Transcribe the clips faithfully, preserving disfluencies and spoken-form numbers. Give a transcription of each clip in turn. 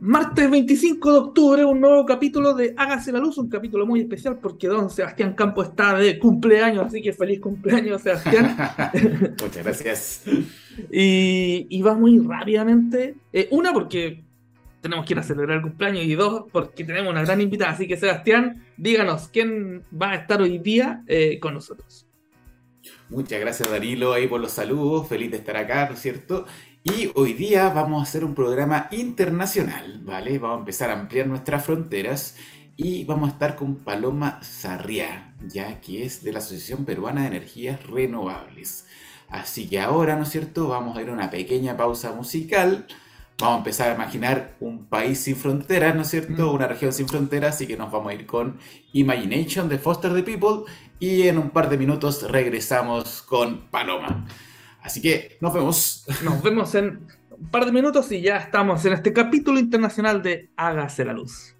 Martes veinticinco de octubre, un nuevo capítulo de Hágase la Luz, un capítulo muy especial porque don Sebastián Campo está de cumpleaños, así que feliz cumpleaños, Sebastián. Muchas gracias. y, y va muy rápidamente. Eh, una, porque tenemos que ir a celebrar el cumpleaños, y dos, porque tenemos una gran invitada. Así que, Sebastián, díganos, ¿quién va a estar hoy día eh, con nosotros? Muchas gracias, Danilo, ahí por los saludos. Feliz de estar acá, ¿no es cierto? Y hoy día vamos a hacer un programa internacional, ¿vale? Vamos a empezar a ampliar nuestras fronteras y vamos a estar con Paloma Sarriá, ya que es de la Asociación Peruana de Energías Renovables. Así que ahora, ¿no es cierto? Vamos a ir a una pequeña pausa musical. Vamos a empezar a imaginar un país sin fronteras, ¿no es cierto? Mm. Una región sin fronteras, así que nos vamos a ir con Imagination de Foster the People y en un par de minutos regresamos con Paloma. Así que nos vemos. Nos vemos en un par de minutos y ya estamos en este capítulo internacional de Hágase la Luz.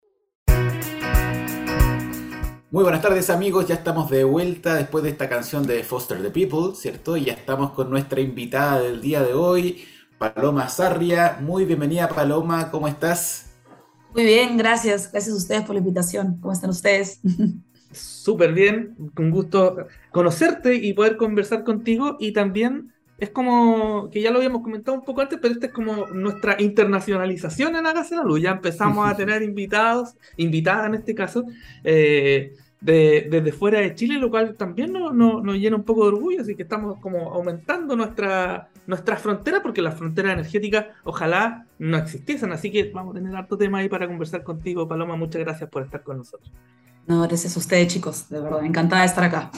Muy buenas tardes, amigos, ya estamos de vuelta después de esta canción de Foster the People, ¿cierto? Y ya estamos con nuestra invitada del día de hoy, Paloma Sarriá. Muy bienvenida, Paloma, ¿cómo estás? Muy bien, gracias. Gracias a ustedes por la invitación. ¿Cómo están ustedes? Súper bien, con gusto conocerte y poder conversar contigo. Y también es como, que ya lo habíamos comentado un poco antes, pero esta es como nuestra internacionalización en Hágase la Luz. Ya empezamos a tener invitados, invitadas en este caso, eh, de, desde fuera de Chile, lo cual también nos, nos, nos llena un poco de orgullo. Así que estamos como aumentando nuestra, nuestra frontera, porque las fronteras energéticas ojalá no existiesen. Así que vamos a tener harto tema ahí para conversar contigo, Paloma. Muchas gracias por estar con nosotros. No, gracias a ustedes, chicos. De verdad, encantada de estar acá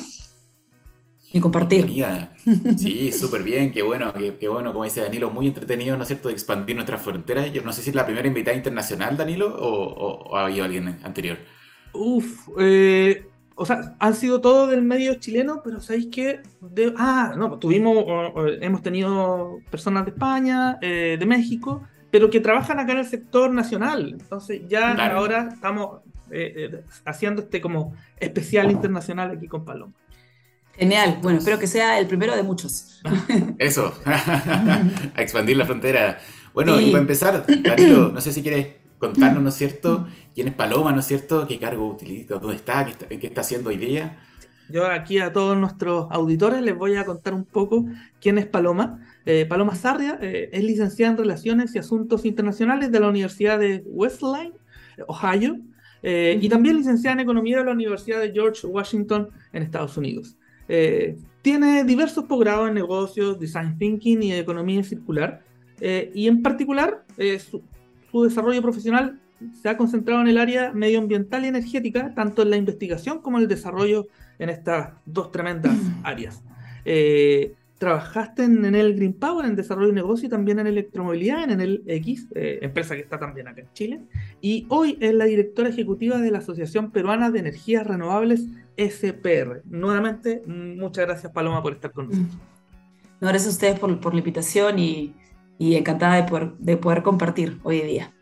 y compartir. Bienvenida. Sí, súper bien, qué bueno, qué, qué bueno, como dice Danilo, muy entretenido, ¿no es cierto?, de expandir nuestras fronteras. Yo no sé si es la primera invitada internacional, Danilo, o, o, o ha habido alguien anterior. Uf, eh, o sea, han sido todos del medio chileno, pero ¿sabéis qué? De- ah, no, tuvimos, o- o hemos tenido personas de España, eh, de México, pero que trabajan acá en el sector nacional. Entonces ya Claro, ahora estamos eh, eh, haciendo este como especial internacional aquí con Paloma. Genial. Bueno, espero que entonces, sea el primero de muchos. eso, a expandir la frontera. Bueno, y para Sí. empezar, Danilo, no sé si quieres contarnos, ¿no es cierto?, quién es Paloma, ¿no es cierto?, qué cargo utiliza, dónde está, qué está, qué está haciendo hoy día. Yo aquí a todos nuestros auditores les voy a contar un poco quién es Paloma. Eh, Paloma Sarria eh, es licenciada en Relaciones y Asuntos Internacionales de la Universidad de Wesleyan, Ohio, eh, y Ujú. también licenciada en Economía de la Universidad de George Washington en Estados Unidos. Eh, tiene diversos posgrados en negocios, design thinking y economía circular, eh, y en particular eh, su, su desarrollo profesional se ha concentrado en el área medioambiental y energética, tanto en la investigación como en el desarrollo en estas dos tremendas áreas. Eh, trabajaste en, en el Green Power, en desarrollo de negocio y también en electromovilidad, en Enel X, eh, empresa que está también acá en Chile. Y hoy es la directora ejecutiva de la Asociación Peruana de Energías Renovables, S P R. Nuevamente, muchas gracias, Paloma, por estar con nosotros. No, gracias a ustedes por, por la invitación y, y encantada de poder, de poder compartir hoy día.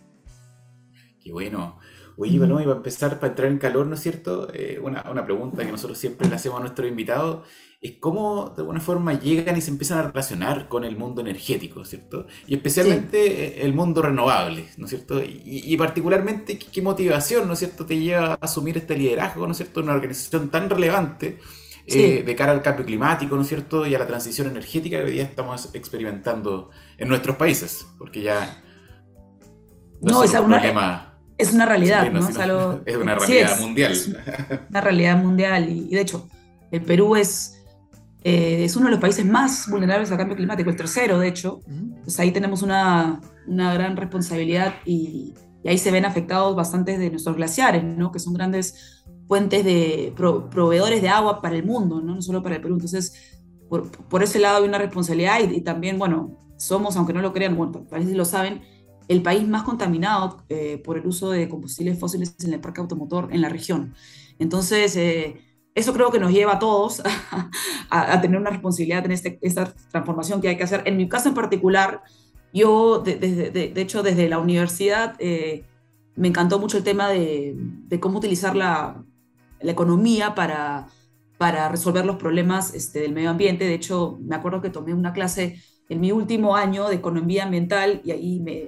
Qué bueno. Oye, Ujú. Paloma, y para empezar, para entrar en calor, ¿no es cierto? Eh, una, una pregunta que nosotros siempre le hacemos a nuestros invitados es cómo de alguna forma llegan y se empiezan a relacionar con el mundo energético, ¿cierto? Y Sí, especialmente eh, el mundo renovable, ¿no es cierto? Y, y particularmente, ¿qué, qué motivación, ¿no es cierto?, te lleva a asumir este liderazgo, ¿no es cierto?, en una organización tan relevante eh, sí. de cara al cambio climático, ¿no es cierto?, y a la transición energética que hoy día estamos experimentando en nuestros países, porque ya no es No, es solo un una, problema es una realidad, chileno, ¿no? Es sino algo, es eh, una sí, realidad es, mundial. es una realidad mundial y, y de hecho, el Perú es Eh, es uno de los países más vulnerables al cambio climático, el tercero, de hecho. ¿Mm? Pues ahí tenemos una, una gran responsabilidad y, y ahí se ven afectados bastantes de nuestros glaciares, ¿no? Que son grandes fuentes de pro, proveedores de agua para el mundo, ¿no? No solo para el Perú. Entonces, por, por ese lado hay una responsabilidad y, y también, bueno, somos, aunque no lo crean, bueno, parece que lo saben, el país más contaminado eh, por el uso de combustibles fósiles en el parque automotor en la región. Entonces, eh, eso creo que nos lleva a todos a, a tener una responsabilidad en este, esta transformación que hay que hacer. En mi caso en particular, yo, de, de, de, de hecho, desde la universidad, eh, me encantó mucho el tema de, de cómo utilizar la, la economía para, para resolver los problemas este, del medio ambiente. De hecho, me acuerdo que tomé una clase en mi último año de economía ambiental y ahí me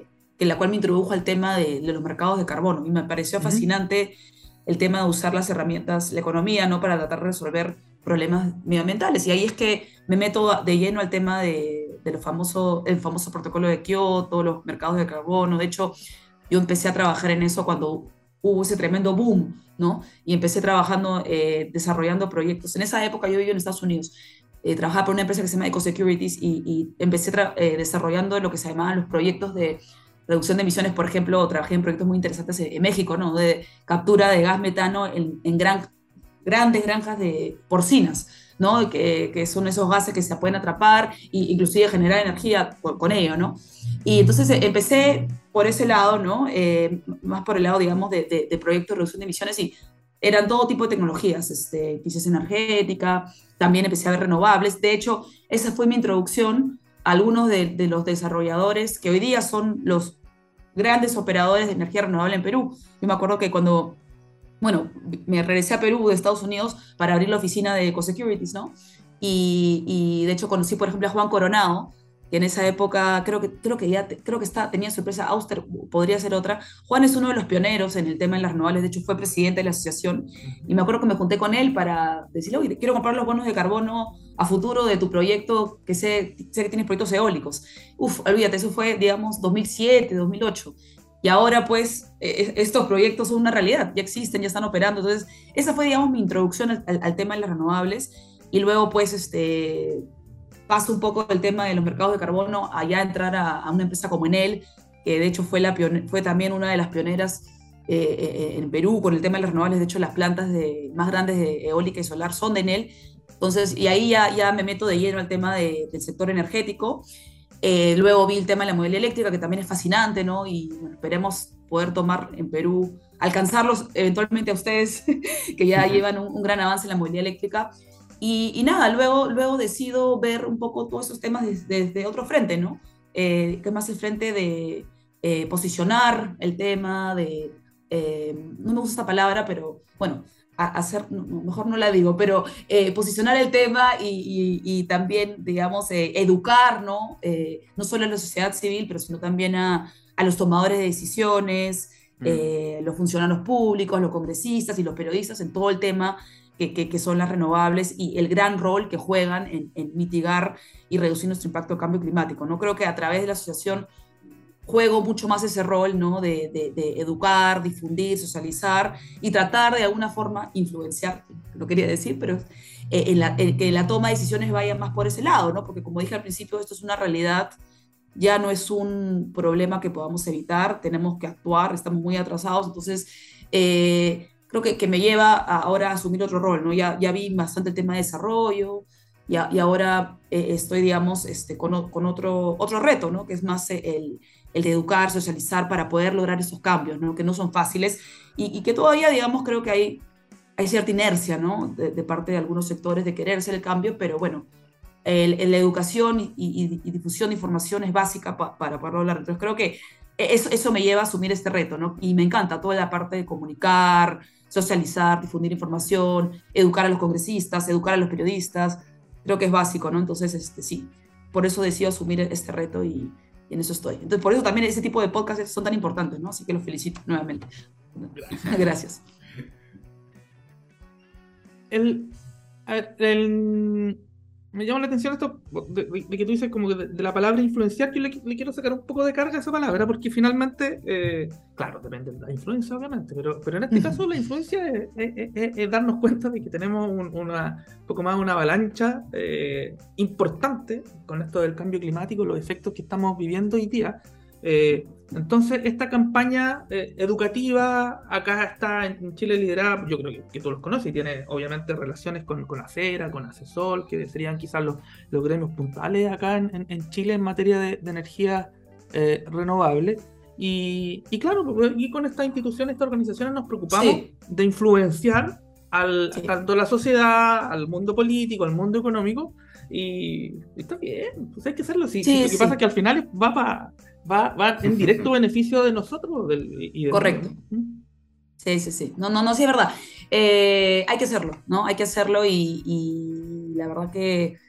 que la cual me introdujo al tema de, de los mercados de carbono, y me pareció Ujú. fascinante el tema de usar las herramientas, la economía, ¿no? Para tratar de resolver problemas medioambientales. Y ahí es que me meto de lleno al tema de, de lo famoso, el famoso protocolo de Kioto, los mercados de carbono. De hecho, yo empecé a trabajar en eso cuando hubo ese tremendo boom, ¿no? Y empecé trabajando, eh, desarrollando proyectos. En esa época yo vivía en Estados Unidos. Eh, trabajaba por una empresa que se llama Ecosecurities y, y empecé eh, desarrollando lo que se llamaban los proyectos de reducción de emisiones. Por ejemplo, trabajé en proyectos muy interesantes en, en México, ¿no? De captura de gas metano en, en gran, grandes granjas de porcinas, ¿no? Que, que son esos gases que se pueden atrapar e inclusive generar energía con, con ello, ¿no? Y entonces eh, empecé por ese lado, ¿no? Eh, más por el lado, digamos, de, de, de proyectos de reducción de emisiones, y eran todo tipo de tecnologías, este, eficiencia energética, también empecé a ver renovables. De hecho, esa fue mi introducción a algunos de, de los desarrolladores que hoy día son los grandes operadores de energía renovable en Perú. Yo me acuerdo que cuando, bueno, me regresé a Perú de Estados Unidos para abrir la oficina de Ecosecurities, ¿no? Y, y de hecho conocí, por ejemplo, a Juan Coronado, que en esa época creo que, creo que ya te, creo que está, tenía su empresa Auster, podría ser otra. Juan es uno de los pioneros en el tema de las renovables, de hecho fue presidente de la asociación, y me acuerdo que me junté con él para decirle, oye, quiero comprar los bonos de carbono a futuro de tu proyecto, que sé, sé que tienes proyectos eólicos. Uf, olvídate, eso fue, digamos, dos mil siete, dos mil ocho. Y ahora, pues, eh, estos proyectos son una realidad, ya existen, ya están operando. Entonces, esa fue, digamos, mi introducción al, al, al tema de las renovables. Y luego, pues, este, paso un poco del tema de los mercados de carbono a ya entrar a, a una empresa como Enel, que de hecho fue, la fue también una de las pioneras eh, eh, en Perú con el tema de las renovables. De hecho, las plantas de, más grandes de eólica y solar son de Enel. Entonces, y ahí ya, ya me meto de lleno al tema de, del sector energético. Eh, luego vi el tema de la movilidad eléctrica, que también es fascinante, ¿no? Y bueno, esperemos poder tomar en Perú, alcanzarlos eventualmente a ustedes, que ya llevan un, un gran avance en la movilidad eléctrica. Y, y nada, luego, luego decido ver un poco todos esos temas desde, desde otro frente, ¿no? Eh, que es más el frente de eh, posicionar el tema, de, eh, no me gusta esta palabra, pero bueno, a, hacer, no, mejor no la digo, pero eh, posicionar el tema y, y, y también, digamos, eh, educar, ¿no? Eh, no solo a la sociedad civil, pero sino también a, a los tomadores de decisiones, mm. eh, los funcionarios públicos, los congresistas y los periodistas en todo el tema que, que, que son las renovables y el gran rol que juegan en, en mitigar y reducir nuestro impacto de cambio climático, ¿no? Creo que a través de la asociación juego mucho más ese rol, ¿no? De, de, de educar, difundir, socializar y tratar de alguna forma influenciar, lo quería decir, pero eh, en la, en que la toma de decisiones vaya más por ese lado, ¿no? Porque como dije al principio, esto es una realidad, ya no es un problema que podamos evitar, tenemos que actuar, estamos muy atrasados. Entonces eh, creo que, que me lleva a ahora a asumir otro rol, ¿no? Ya, ya vi bastante el tema de desarrollo y, a, y ahora eh, estoy, digamos, este, con, con otro, otro reto, ¿no? Que es más el el de educar, socializar para poder lograr esos cambios, ¿no? Que no son fáciles y, y que todavía, digamos, creo que hay, hay cierta inercia, ¿no? De, de parte de algunos sectores de querer hacer el cambio, pero bueno, el, el, la educación y, y, y difusión de información es básica pa, para poder lograr. Entonces creo que eso, eso me lleva a asumir este reto, ¿no? Y me encanta toda la parte de comunicar, socializar, difundir información, educar a los congresistas, educar a los periodistas, creo que es básico, ¿no? Entonces, este, sí, por eso decido asumir este reto y en eso estoy. Entonces, por eso también ese tipo de podcasts son tan importantes, ¿no? Así que los felicito nuevamente. Gracias. Gracias. El, a ver, el, me llama la atención esto de, de, de que tú dices como que de, de la palabra influenciar. Yo le, le quiero sacar un poco de carga a esa palabra, porque finalmente, eh, claro, depende de la influencia, obviamente, pero, pero en este caso la influencia es, es, es, es darnos cuenta de que tenemos un, una, un poco más una avalancha eh, importante con esto del cambio climático, los efectos que estamos viviendo hoy día. Eh, entonces, esta campaña eh, educativa acá está en Chile liderada, yo creo que, que todos los conocen, y tiene obviamente relaciones con, con ACERA, con ACESOL, que serían quizás los, los gremios puntales acá en, en, en Chile en materia de, de energía eh, renovable. Y, y claro, y con estas instituciones, estas organizaciones nos preocupamos sí. de influenciar al, sí. tanto a la sociedad, al mundo político, al mundo económico, y, y está bien, pues hay que hacerlo. Sí, sí, lo que sí. pasa es que al final va para... Va, va en directo beneficio de nosotros. Del, y del Correcto. Mundo. Sí, sí, sí. No, no, no, sí es verdad. Eh, hay que hacerlo, ¿no? Hay que hacerlo y, y la verdad que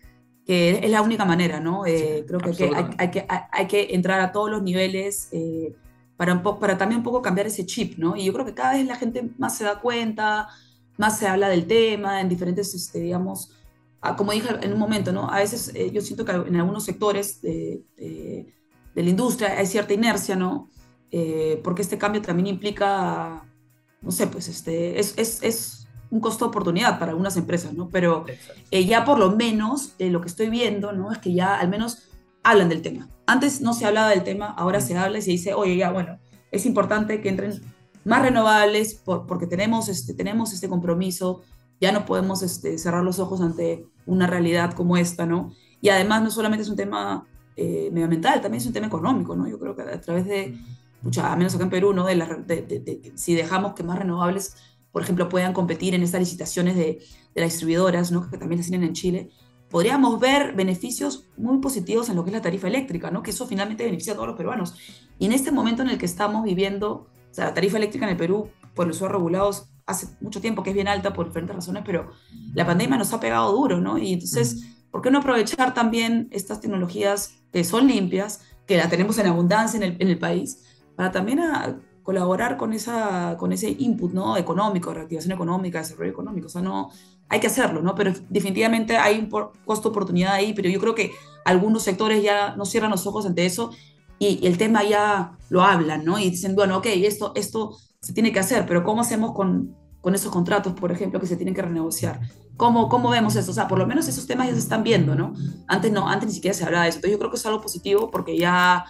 que es la única manera, ¿no? Eh, Sí, creo que hay, que hay, hay que hay que entrar a todos los niveles eh, para, un po para también un poco cambiar ese chip, ¿no? Y yo creo que cada vez la gente más se da cuenta, más se habla del tema en diferentes, este, digamos, ah, como dije en un momento, ¿no? A veces eh, yo siento que en algunos sectores de, de, de la industria hay cierta inercia, ¿no? Eh, porque este cambio también implica, no sé, pues este, es, es, es un costo de oportunidad para algunas empresas, ¿no? Pero eh, ya por lo menos eh, lo que estoy viendo, ¿no? Es que ya al menos hablan del tema. Antes no se hablaba del tema, ahora se habla y se dice, oye, ya, bueno, es importante que entren más renovables por, porque tenemos este, tenemos este compromiso, ya no podemos este, cerrar los ojos ante una realidad como esta, ¿no? Y además no solamente es un tema eh, medioambiental, también es un tema económico, ¿no? Yo creo que a través de, mucha, a menos acá en Perú, ¿no? De la, de, de, de, si dejamos que más renovables, por ejemplo, puedan competir en estas licitaciones de, de las distribuidoras, ¿no? Que también las tienen en Chile, podríamos ver beneficios muy positivos en lo que es la tarifa eléctrica, ¿no? Que eso finalmente beneficia a todos los peruanos. Y en este momento en el que estamos viviendo, o sea, la tarifa eléctrica en el Perú, por los usuarios regulados, hace mucho tiempo que es bien alta por diferentes razones, pero la pandemia nos ha pegado duro, ¿no? Y entonces, ¿por qué no aprovechar también estas tecnologías que son limpias, que la tenemos en abundancia en el, en el país, para también a, colaborar con, esa, con ese input, ¿no? Económico, reactivación económica, desarrollo económico? O sea, no, hay que hacerlo, ¿no? Pero definitivamente hay un costo-oportunidad ahí, pero yo creo que algunos sectores ya no cierran los ojos ante eso y, y el tema ya lo hablan, ¿no? Y dicen, bueno, ok, esto, esto se tiene que hacer, pero ¿cómo hacemos con, con esos contratos, por ejemplo, que se tienen que renegociar? ¿Cómo, ¿Cómo vemos eso? O sea, por lo menos esos temas ya se están viendo, ¿no? Antes no, antes ni siquiera se hablaba de eso. Entonces yo creo que es algo positivo porque ya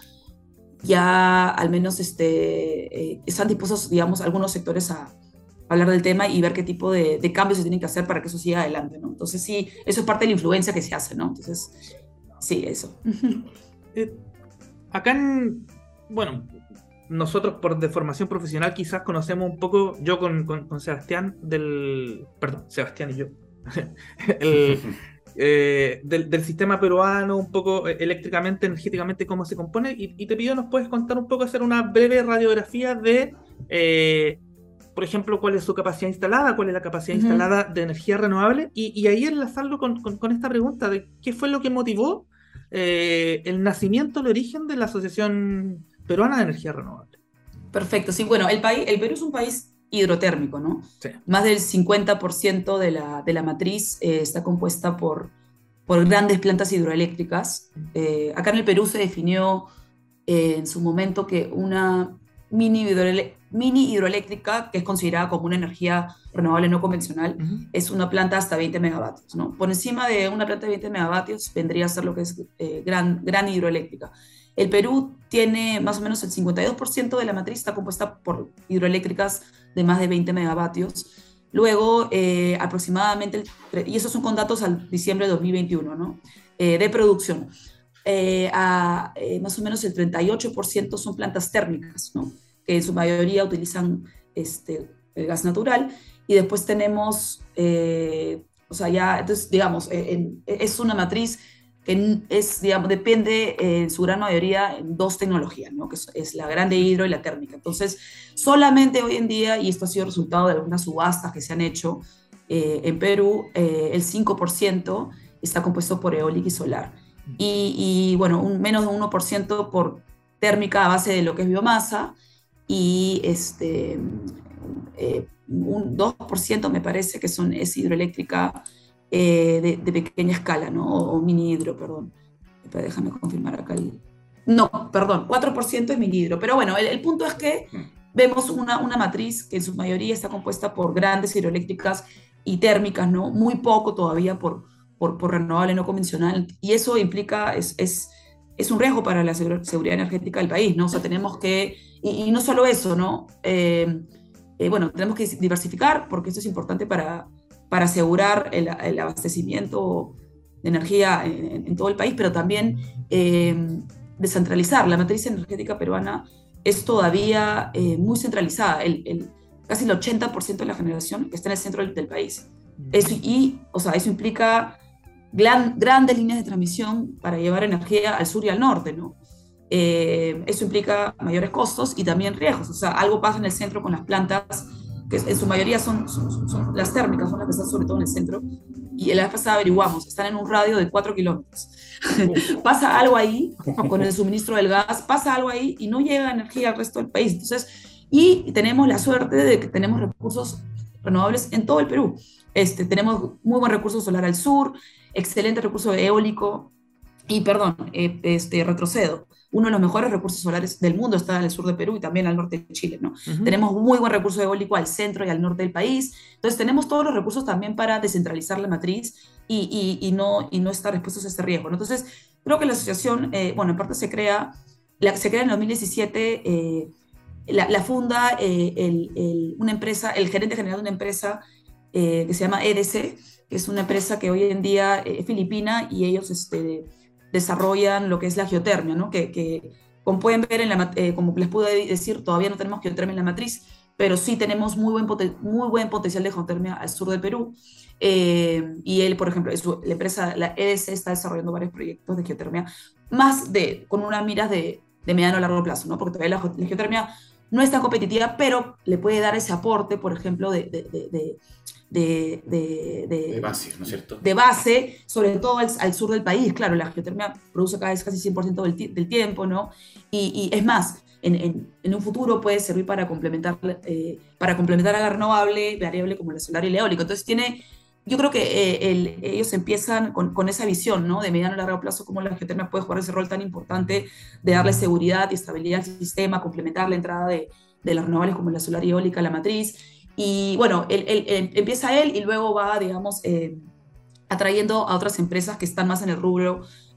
ya al menos este, eh, están dispuestos, digamos, algunos sectores a hablar del tema y ver qué tipo de, de cambios se tienen que hacer para que eso siga adelante, ¿no? Entonces sí, eso es parte de la influencia que se hace, ¿no? Entonces, sí, eso. Eh, acá en, bueno, nosotros por de formación profesional quizás conocemos un poco, yo con, con, con Sebastián del, perdón, Sebastián y yo, el... Eh, del, del sistema peruano, un poco eh, eléctricamente, energéticamente, cómo se compone, y, y te pido, ¿nos puedes contar un poco, hacer una breve radiografía de, eh, por ejemplo, cuál es su capacidad instalada, cuál es la capacidad uh-huh. instalada de energía renovable, y, y ahí enlazarlo con, con, con esta pregunta de qué fue lo que motivó eh, el nacimiento, el origen de la Asociación Peruana de Energía Renovable? Perfecto, sí, bueno, el, país, el Perú es un país hidrotérmico, ¿no? Sí. Más del cincuenta por ciento de la, de la matriz eh, está compuesta por, por grandes plantas hidroeléctricas. Eh, acá en el Perú se definió eh, en su momento que una mini, hidroele mini hidroeléctrica, que es considerada como una energía renovable no convencional, uh-huh. es una planta hasta veinte megavatios, ¿no? Por encima de una planta de veinte megavatios vendría a ser lo que es eh, gran, gran hidroeléctrica. El Perú tiene más o menos el cincuenta y dos por ciento de la matriz está compuesta por hidroeléctricas de más de veinte megavatios. Luego, eh, aproximadamente, el, y esos son con datos al diciembre de dos mil veintiuno, ¿no? Eh, de producción. Eh, a, eh, más o menos el treinta y ocho por ciento son plantas térmicas, ¿no? Que en su mayoría utilizan este, el gas natural. Y después tenemos, eh, o sea, ya, entonces, digamos, eh, en, es una matriz que es, digamos, depende en su gran mayoría en dos tecnologías, ¿no? Que es, es la grande hidro y la térmica. Entonces, solamente hoy en día, y esto ha sido resultado de algunas subastas que se han hecho eh, en Perú, eh, el cinco por ciento está compuesto por eólica y solar. Y, y bueno, un, menos de un uno por ciento por térmica a base de lo que es biomasa, y este, eh, un dos por ciento me parece que son, es hidroeléctrica Eh, de, de pequeña escala, ¿no? O, o mini hidro, perdón. Espera, déjame confirmar acá el... No, perdón, cuatro por ciento es mini hidro. Pero bueno, el, el punto es que vemos una, una matriz que en su mayoría está compuesta por grandes hidroeléctricas y térmicas, ¿no? Muy poco todavía por, por, por renovable no convencional. Y eso implica, es, es, es un riesgo para la seguridad energética del país, ¿no? O sea, tenemos que... Y, y no solo eso, ¿no? Eh, eh, bueno, tenemos que diversificar porque esto es importante para... para asegurar el, el abastecimiento de energía en, en todo el país, pero también eh, descentralizar. La matriz energética peruana es todavía eh, muy centralizada. El, el, casi el ochenta por ciento de la generación está en el centro del, del país. Eso, y, o sea, eso implica gran, grandes líneas de transmisión para llevar energía al sur y al norte, ¿no? Eh, eso implica mayores costos y también riesgos. O sea, algo pasa en el centro con las plantas, que en su mayoría son, son, son las térmicas, son las que están sobre todo en el centro, y la vez pasada averiguamos, están en un radio de cuatro kilómetros. Pasa algo ahí con el suministro del gas, pasa algo ahí y no llega energía al resto del país. Entonces, y tenemos la suerte de que tenemos recursos renovables en todo el Perú. Este, tenemos muy buen recurso solar al sur, excelente recurso eólico, y perdón, eh, este, retrocedo. Uno de los mejores recursos solares del mundo está en el sur de Perú y también al norte de Chile, ¿no? Uh-huh. Tenemos muy buen recurso eólico al centro y al norte del país. Entonces tenemos todos los recursos también para descentralizar la matriz y, y, y, no, y no estar expuestos a este riesgo, ¿no? Entonces creo que la asociación, eh, bueno, en parte se crea, la, se crea en el dos mil diecisiete, eh, la, la funda eh, el, el, una empresa, el gerente general de una empresa eh, que se llama E D C, que es una empresa que hoy en día es filipina y ellos este, desarrollan lo que es la geotermia, ¿no? Que, que como pueden ver, en la, eh, como les pude decir, todavía no tenemos geotermia en la matriz, pero sí tenemos muy buen, poten muy buen potencial de geotermia al sur del Perú. Eh, y él, por ejemplo, su, la empresa, la E D C, está desarrollando varios proyectos de geotermia, más de, con unas miras de, de mediano a largo plazo, ¿no? Porque todavía la, la geotermia no es tan competitiva, pero le puede dar ese aporte, por ejemplo, de... de, de, de De, de, de, de base, ¿no es cierto? De base, sobre todo al, al sur del país. Claro, la geotermia produce cada vez casi cien por ciento del, del tiempo, ¿no? Y, y es más, en, en, en un futuro puede servir para complementar, eh, para complementar a la renovable, variable como la solar y el eólico. Entonces tiene, yo creo que eh, el, ellos empiezan con, con esa visión, ¿no? De mediano a largo plazo, cómo la geotermia puede jugar ese rol tan importante de darle seguridad y estabilidad al sistema, complementar la entrada de, de las renovables como la solar y eólica, la matriz. Y bueno, él, él, él, empieza él y luego va, digamos, eh, atrayendo a otras empresas que están más en el rubro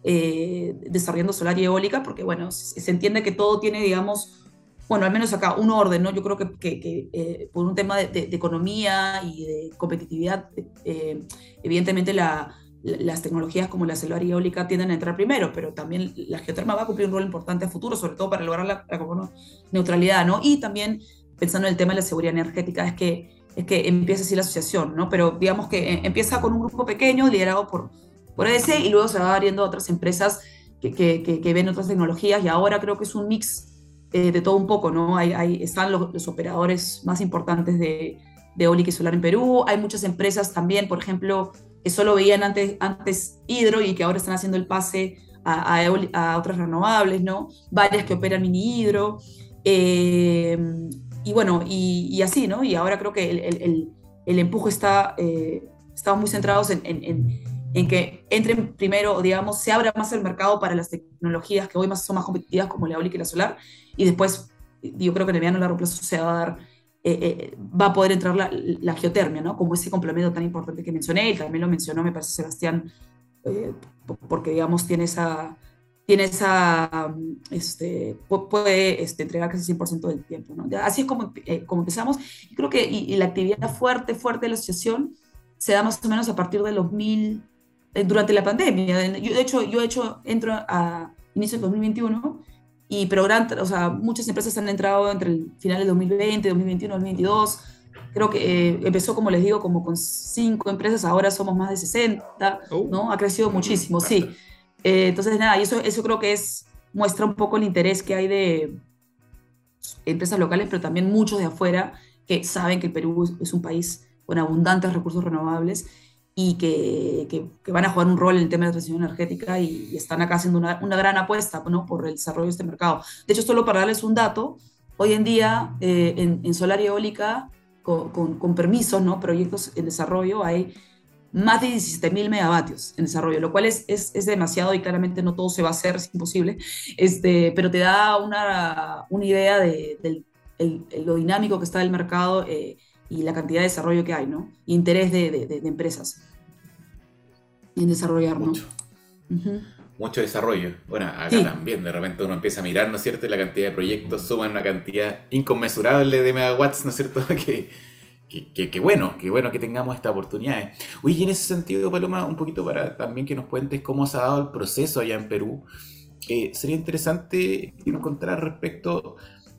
eh, desarrollando solar y eólica, porque bueno, se, se entiende que todo tiene, digamos, bueno, al menos acá, un orden, ¿no? Yo creo que, que, que eh, por un tema de, de, de economía y de competitividad, eh, evidentemente la, la, las tecnologías como la solar y eólica tienden a entrar primero, pero también la geotermia va a cumplir un rol importante a futuro, sobre todo para lograr la, la carbono neutralidad, ¿no? Y también pensando en el tema de la seguridad energética, es que, es que empieza así la asociación, ¿no? Pero digamos que empieza con un grupo pequeño liderado por, por E D C y luego se va abriendo a otras empresas que, que, que, que ven otras tecnologías y ahora creo que es un mix eh, de todo un poco, ¿no? Hay, hay, están los, los operadores más importantes de, de eólica y solar en Perú, hay muchas empresas también, por ejemplo, que solo veían antes, antes hidro y que ahora están haciendo el pase a, a, a otras renovables, ¿no? Varias que operan mini hidro. Eh, Y bueno, y, y así, ¿no? Y ahora creo que el, el, el empuje está, eh, estamos muy centrados en, en, en, en que entren primero, digamos, se abra más el mercado para las tecnologías que hoy más, son más competitivas como la eólica y la solar, y después yo creo que en el mediano y largo plazo se va a dar, eh, eh, va a poder entrar la, la geotermia, ¿no? Como ese complemento tan importante que mencioné, y también lo mencionó, me parece, Sebastián, eh, porque, digamos, tiene esa... tiene esa, este, puede este, entregar casi cien por ciento del tiempo, ¿no? Así es como, eh, como empezamos. Y creo que y, y la actividad fuerte, fuerte de la asociación se da más o menos a partir de los mil, eh, durante la pandemia. Yo, de hecho, yo he hecho, entro a inicio del dos mil veintiuno, y, pero gran, o sea, muchas empresas han entrado entre el final del dos mil veinte, dos mil veintiuno, dos mil veintidós. Creo que eh, empezó, como les digo, como con cinco empresas, ahora somos más de sesenta, ¿no? Ha crecido muchísimo, sí. Eh, entonces, nada, y eso, eso creo que es, muestra un poco el interés que hay de empresas locales, pero también muchos de afuera que saben que el Perú es, es un país con abundantes recursos renovables y que, que, que van a jugar un rol en el tema de la transición energética y, y están acá haciendo una, una gran apuesta, ¿no? Por el desarrollo de este mercado. De hecho, solo para darles un dato, hoy en día eh, en, en solar y eólica, con, con, con permisos, ¿no? Proyectos en desarrollo, hay más de diecisiete mil megavatios en desarrollo, lo cual es, es, es demasiado y claramente no todo se va a hacer, es imposible, este, pero te da una, una idea de, de, de, de lo dinámico que está el mercado eh, y la cantidad de desarrollo que hay, ¿no? Y interés de, de, de, de empresas en desarrollar, ¿no? Mucho. Uh-huh. Mucho desarrollo. Bueno, acá sí. También de repente uno empieza a mirar, ¿no es cierto? Y la cantidad de proyectos suman una cantidad inconmensurable de megawatts, ¿no es cierto? que Que, que, que bueno, que bueno que tengamos estas oportunidades. Oye, y en ese sentido, Paloma, un poquito para también que nos cuentes cómo se ha dado el proceso allá en Perú, eh, sería interesante que nos contaras respecto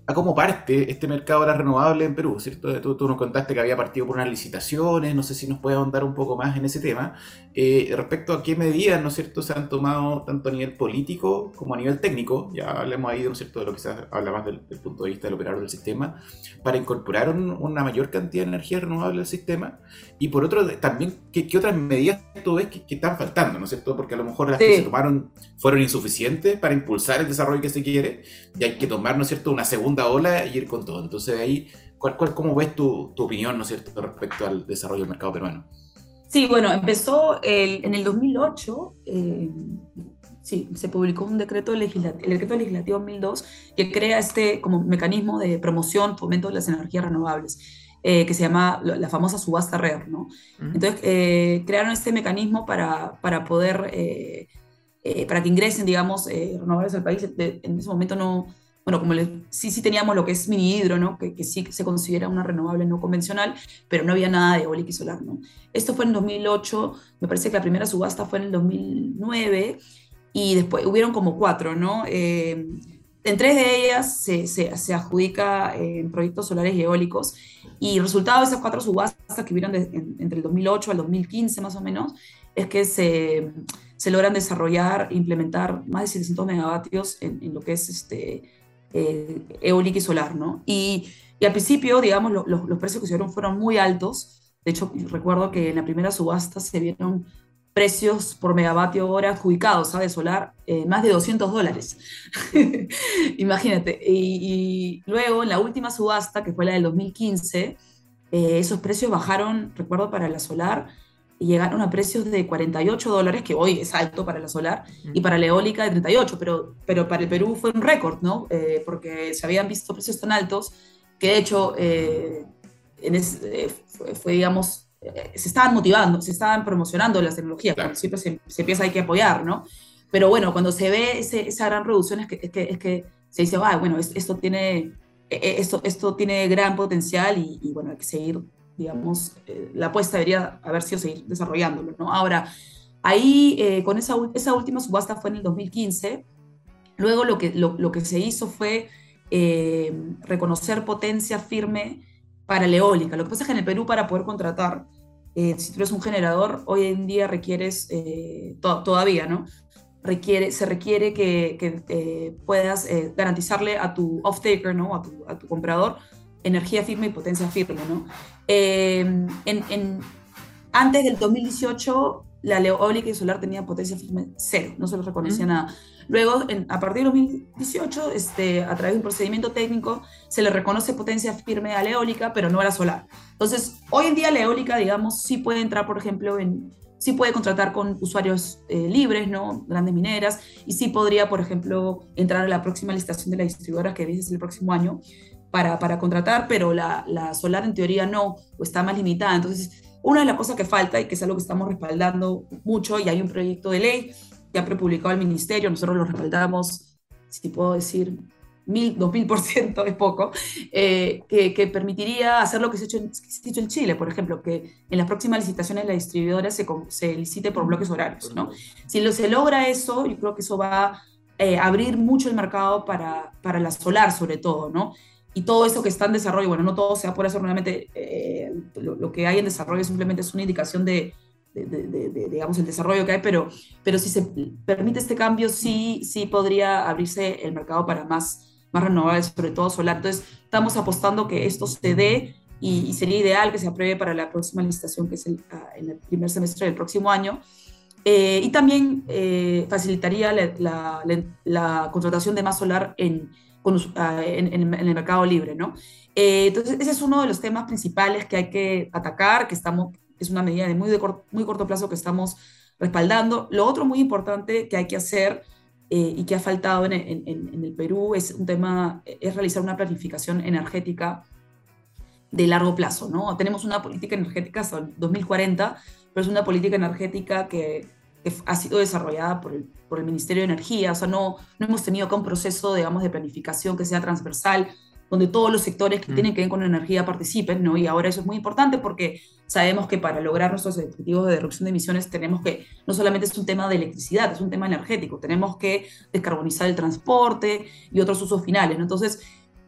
a cómo parte este mercado de las renovables en Perú, ¿cierto? Tú, tú nos contaste que había partido por unas licitaciones, no sé si nos puedes ahondar un poco más en ese tema, eh, respecto a qué medidas, ¿no es cierto?, se han tomado tanto a nivel político como a nivel técnico, ya hablamos ahí, ¿no es cierto?, de lo que se habla más del, del punto de vista del operador del sistema, para incorporar un, una mayor cantidad de energía renovable al sistema, y por otro, también, ¿qué, qué otras medidas tú ves que, que están faltando, ¿no es cierto?, porque a lo mejor las Sí. que se tomaron fueron insuficientes para impulsar el desarrollo que se quiere, y hay que tomar, ¿no es cierto?, una segunda ola y ir con todo. Entonces ahí, ¿cuál, cuál, ¿cómo ves tu, tu opinión, ¿no es cierto?, respecto al desarrollo del mercado peruano? Sí, bueno, empezó el, en el dos mil ocho, eh, sí, se publicó un decreto legislativo, el decreto legislativo mil dos, que crea este como mecanismo de promoción, fomento de las energías renovables, eh, que se llama la, la famosa subasta R E R, ¿no? Mm. Entonces, eh, crearon este mecanismo para, para poder, eh, eh, para que ingresen, digamos, eh, renovables al país. De, en ese momento no, bueno, como les, sí, sí teníamos lo que es mini hidro, ¿no? Que, que sí se considera una renovable no convencional, pero no había nada de eólica y solar, ¿no? Esto fue en dos mil ocho, me parece que la primera subasta fue en el dos mil nueve, y después hubieron como cuatro, ¿no? Eh, en tres de ellas se, se, se adjudica eh, en proyectos solares y eólicos, y el resultado de esas cuatro subastas que hubieron de, en, entre el dos mil ocho al dos mil quince más o menos, es que se, se logran desarrollar e implementar más de setecientos megavatios en, en lo que es este, eh, eólica y solar, ¿no? Y, y al principio, digamos, lo, lo, los precios que se dieron fueron muy altos. De hecho, recuerdo que en la primera subasta se vieron precios por megavatio hora adjudicados, ¿sabes? Solar, eh, más de doscientos dólares. Imagínate. Y, y luego, en la última subasta, que fue la del dos mil quince, eh, esos precios bajaron, recuerdo, para la solar, y llegaron a precios de cuarenta y ocho dólares, que hoy es alto para la solar, mm. y para la eólica de treinta y ocho, pero, pero para el Perú fue un récord, ¿no? Eh, porque se habían visto precios tan altos que, de hecho, eh, en ese, eh, fue, fue, digamos, eh, se estaban motivando, se estaban promocionando las tecnologías, claro. Cuando siempre se, se piensa hay que apoyar, ¿no? Pero bueno, cuando se ve ese, esa gran reducción es que, es que, es que se dice, ah, bueno, esto tiene, esto, esto tiene gran potencial y, y bueno, hay que seguir, digamos, eh, la apuesta debería haber sido seguir desarrollándolo, ¿no? Ahora, ahí, eh, con esa, esa última subasta fue en el dos mil quince, luego lo que, lo, lo que se hizo fue eh, reconocer potencia firme para la eólica. Lo que pasa es que en el Perú, para poder contratar, eh, si tú eres un generador, hoy en día requieres, eh, to todavía, ¿no? Requiere, se requiere que, que eh, puedas eh, garantizarle a tu off-taker, ¿no? A tu, a tu comprador, energía firme y potencia firme, ¿no? Eh, en, en, antes del dos mil dieciocho, la eólica y solar tenía potencia firme cero, no se les reconocía mm. nada. Luego, en, a partir del dos mil dieciocho, este, a través de un procedimiento técnico, se le reconoce potencia firme a la eólica, pero no a la solar. Entonces, hoy en día la eólica, digamos, sí puede entrar, por ejemplo, en, sí puede contratar con usuarios eh, libres, ¿no? Grandes mineras, y sí podría, por ejemplo, entrar a la próxima licitación de la distribuidora que dice el próximo año para, para contratar, pero la, la solar en teoría no, o está más limitada. Entonces, una de las cosas que falta, y que es algo que estamos respaldando mucho, y hay un proyecto de ley que ha prepublicado el ministerio, nosotros lo respaldamos, si puedo decir, mil, dos mil por ciento, es poco, eh, que, que permitiría hacer lo que se ha hecho, en, se ha hecho en Chile, por ejemplo, que en las próximas licitaciones de la distribuidora se, se licite por bloques horarios, ¿no? Si lo, se logra eso, yo creo que eso va a eh, abrir mucho el mercado para, para la solar, sobre todo, ¿no? Y todo eso que está en desarrollo, bueno, no todo sea por eso, realmente eh, lo, lo que hay en desarrollo simplemente es una indicación de De, de, de, digamos, el desarrollo que hay, pero, pero si se permite este cambio, sí, sí podría abrirse el mercado para más, más renovables, sobre todo solar. Entonces, estamos apostando que esto se dé y, y sería ideal que se apruebe para la próxima licitación, que es el, en el primer semestre del próximo año. Eh, y también eh, facilitaría la, la, la, la contratación de más solar en, con, en, en, en el mercado libre, ¿no? Eh, entonces, ese es uno de los temas principales que hay que atacar, que estamos... es una medida de muy, de cor muy corto plazo que estamos respaldando. Lo otro muy importante que hay que hacer eh, y que ha faltado en, en, en el Perú es un tema, es realizar una planificación energética de largo plazo, ¿no? Tenemos una política energética hasta el dos mil cuarenta, pero es una política energética que, que ha sido desarrollada por el, por el Ministerio de Energía. O sea, no, no hemos tenido acá un proceso, digamos, de planificación que sea transversal, donde todos los sectores que mm. tienen que ver con energía participen, ¿no? Y ahora eso es muy importante porque sabemos que para lograr nuestros objetivos de reducción de emisiones tenemos que, no solamente es un tema de electricidad, es un tema energético, tenemos que descarbonizar el transporte y otros usos finales, ¿no? Entonces,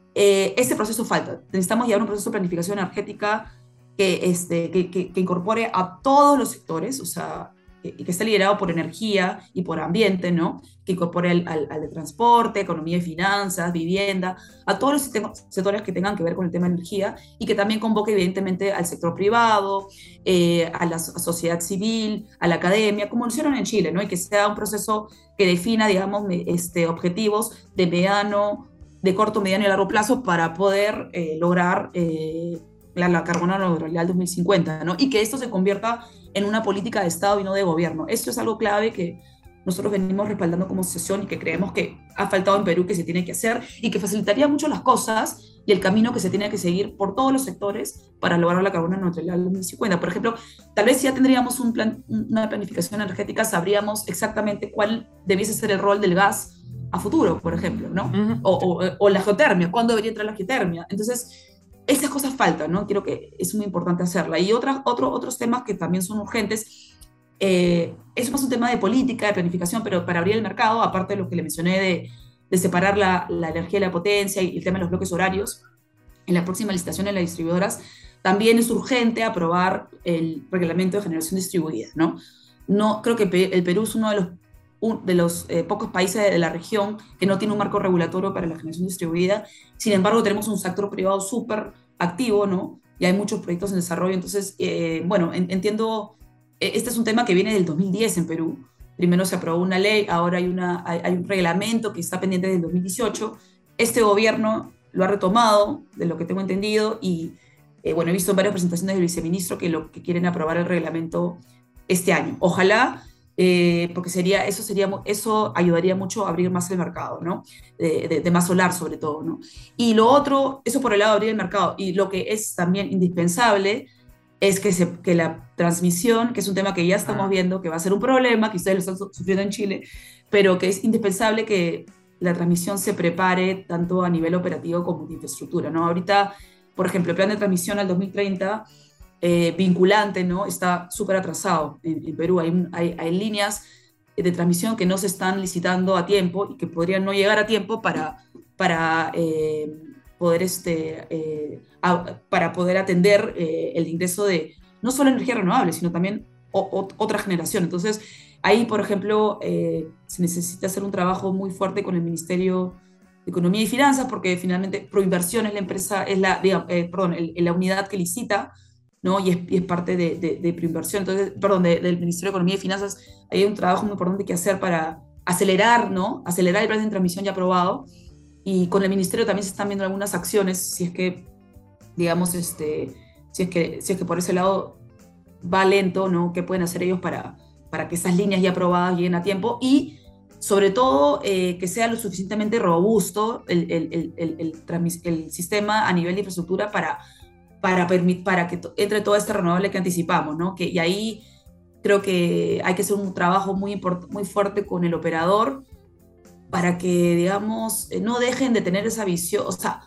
Eh, ese proceso falta. Necesitamos llevar un proceso de planificación energética que, este, que, que, que incorpore a todos los sectores, o sea, que, que esté liderado por energía y por ambiente, ¿no? Que incorpore al, al, al de transporte, economía y finanzas, vivienda, a todos los sectores que tengan que ver con el tema de energía y que también convoque evidentemente al sector privado, eh, a la a sociedad civil, a la academia, como lo hicieron en Chile, ¿no? Y que sea un proceso que defina, digamos, este, objetivos de mediano, de corto, mediano y largo plazo para poder eh, lograr eh, la, la carbono neutralidad dos mil cincuenta, ¿no? Y que esto se convierta en una política de Estado y no de gobierno. Esto es algo clave que nosotros venimos respaldando como asociación y que creemos que ha faltado en Perú, que se tiene que hacer y que facilitaría mucho las cosas y el camino que se tiene que seguir por todos los sectores para lograr la carbono neutralidad dos mil cincuenta. Por ejemplo, tal vez si ya tendríamos un plan, una planificación energética, sabríamos exactamente cuál debiese ser el rol del gas a futuro, por ejemplo, ¿no? Uh-huh. o, o, o la geotermia, ¿cuándo debería entrar la geotermia? Entonces, esas cosas faltan, ¿no? Creo que es muy importante hacerla. Y otras, otro, otros temas que también son urgentes, eh, es más un tema de política, de planificación, pero para abrir el mercado, aparte de lo que le mencioné de, de separar la, la energía de la potencia y el tema de los bloques horarios, en la próxima licitación en las distribuidoras, también es urgente aprobar el reglamento de generación distribuida, ¿no? No, creo que el Perú es uno de los de los eh, pocos países de la región que no tiene un marco regulatorio para la generación distribuida. Sin embargo, tenemos un sector privado súper activo, ¿no? Y hay muchos proyectos en desarrollo. Entonces, eh, bueno, en, entiendo, eh, este es un tema que viene del dos mil diez en Perú. Primero se aprobó una ley, ahora hay, una, hay, hay un reglamento que está pendiente del dos mil dieciocho. Este gobierno lo ha retomado, de lo que tengo entendido, y eh, bueno, he visto en varias presentaciones del viceministro que lo que quieren aprobar el reglamento este año. Ojalá. Eh, porque sería, eso, sería, eso ayudaría mucho a abrir más el mercado, ¿no? De, de, de más solar sobre todo, ¿no? Y lo otro, eso por el lado de abrir el mercado, y lo que es también indispensable es que, se, que la transmisión, que es un tema que ya estamos viendo, que va a ser un problema, que ustedes lo están sufriendo en Chile, pero que es indispensable que la transmisión se prepare tanto a nivel operativo como de infraestructura, ¿no? Ahorita, por ejemplo, el plan de transmisión al dos mil treinta, Eh, vinculante, ¿no? Está súper atrasado en, en Perú. Hay, hay, hay líneas de transmisión que no se están licitando a tiempo y que podrían no llegar a tiempo para, para, eh, poder, este, eh, a, para poder atender eh, el ingreso de no solo energía renovable, sino también o, o, otra generación. Entonces, ahí, por ejemplo, eh, se necesita hacer un trabajo muy fuerte con el Ministerio de Economía y Finanzas, porque finalmente Proinversión es la empresa, es la, digamos, eh, perdón, el, la unidad que licita, ¿no? Y es, y es parte de, de, de Proinversión, entonces, perdón, de, del Ministerio de Economía y Finanzas. Hay un trabajo muy importante que hacer para acelerar, ¿no? Acelerar el plan de transmisión ya aprobado, y con el Ministerio también se están viendo algunas acciones, si es que, digamos, este, si es que, si es que por ese lado va lento, ¿no? ¿Qué pueden hacer ellos para, para que esas líneas ya aprobadas lleguen a tiempo? Y sobre todo eh, que sea lo suficientemente robusto el, el, el, el, el, el sistema a nivel de infraestructura para para, para que entre todo este renovable que anticipamos, ¿no? Que, y ahí creo que hay que hacer un trabajo muy, muy fuerte con el operador para que, digamos, no dejen de tener esa visión, o sea,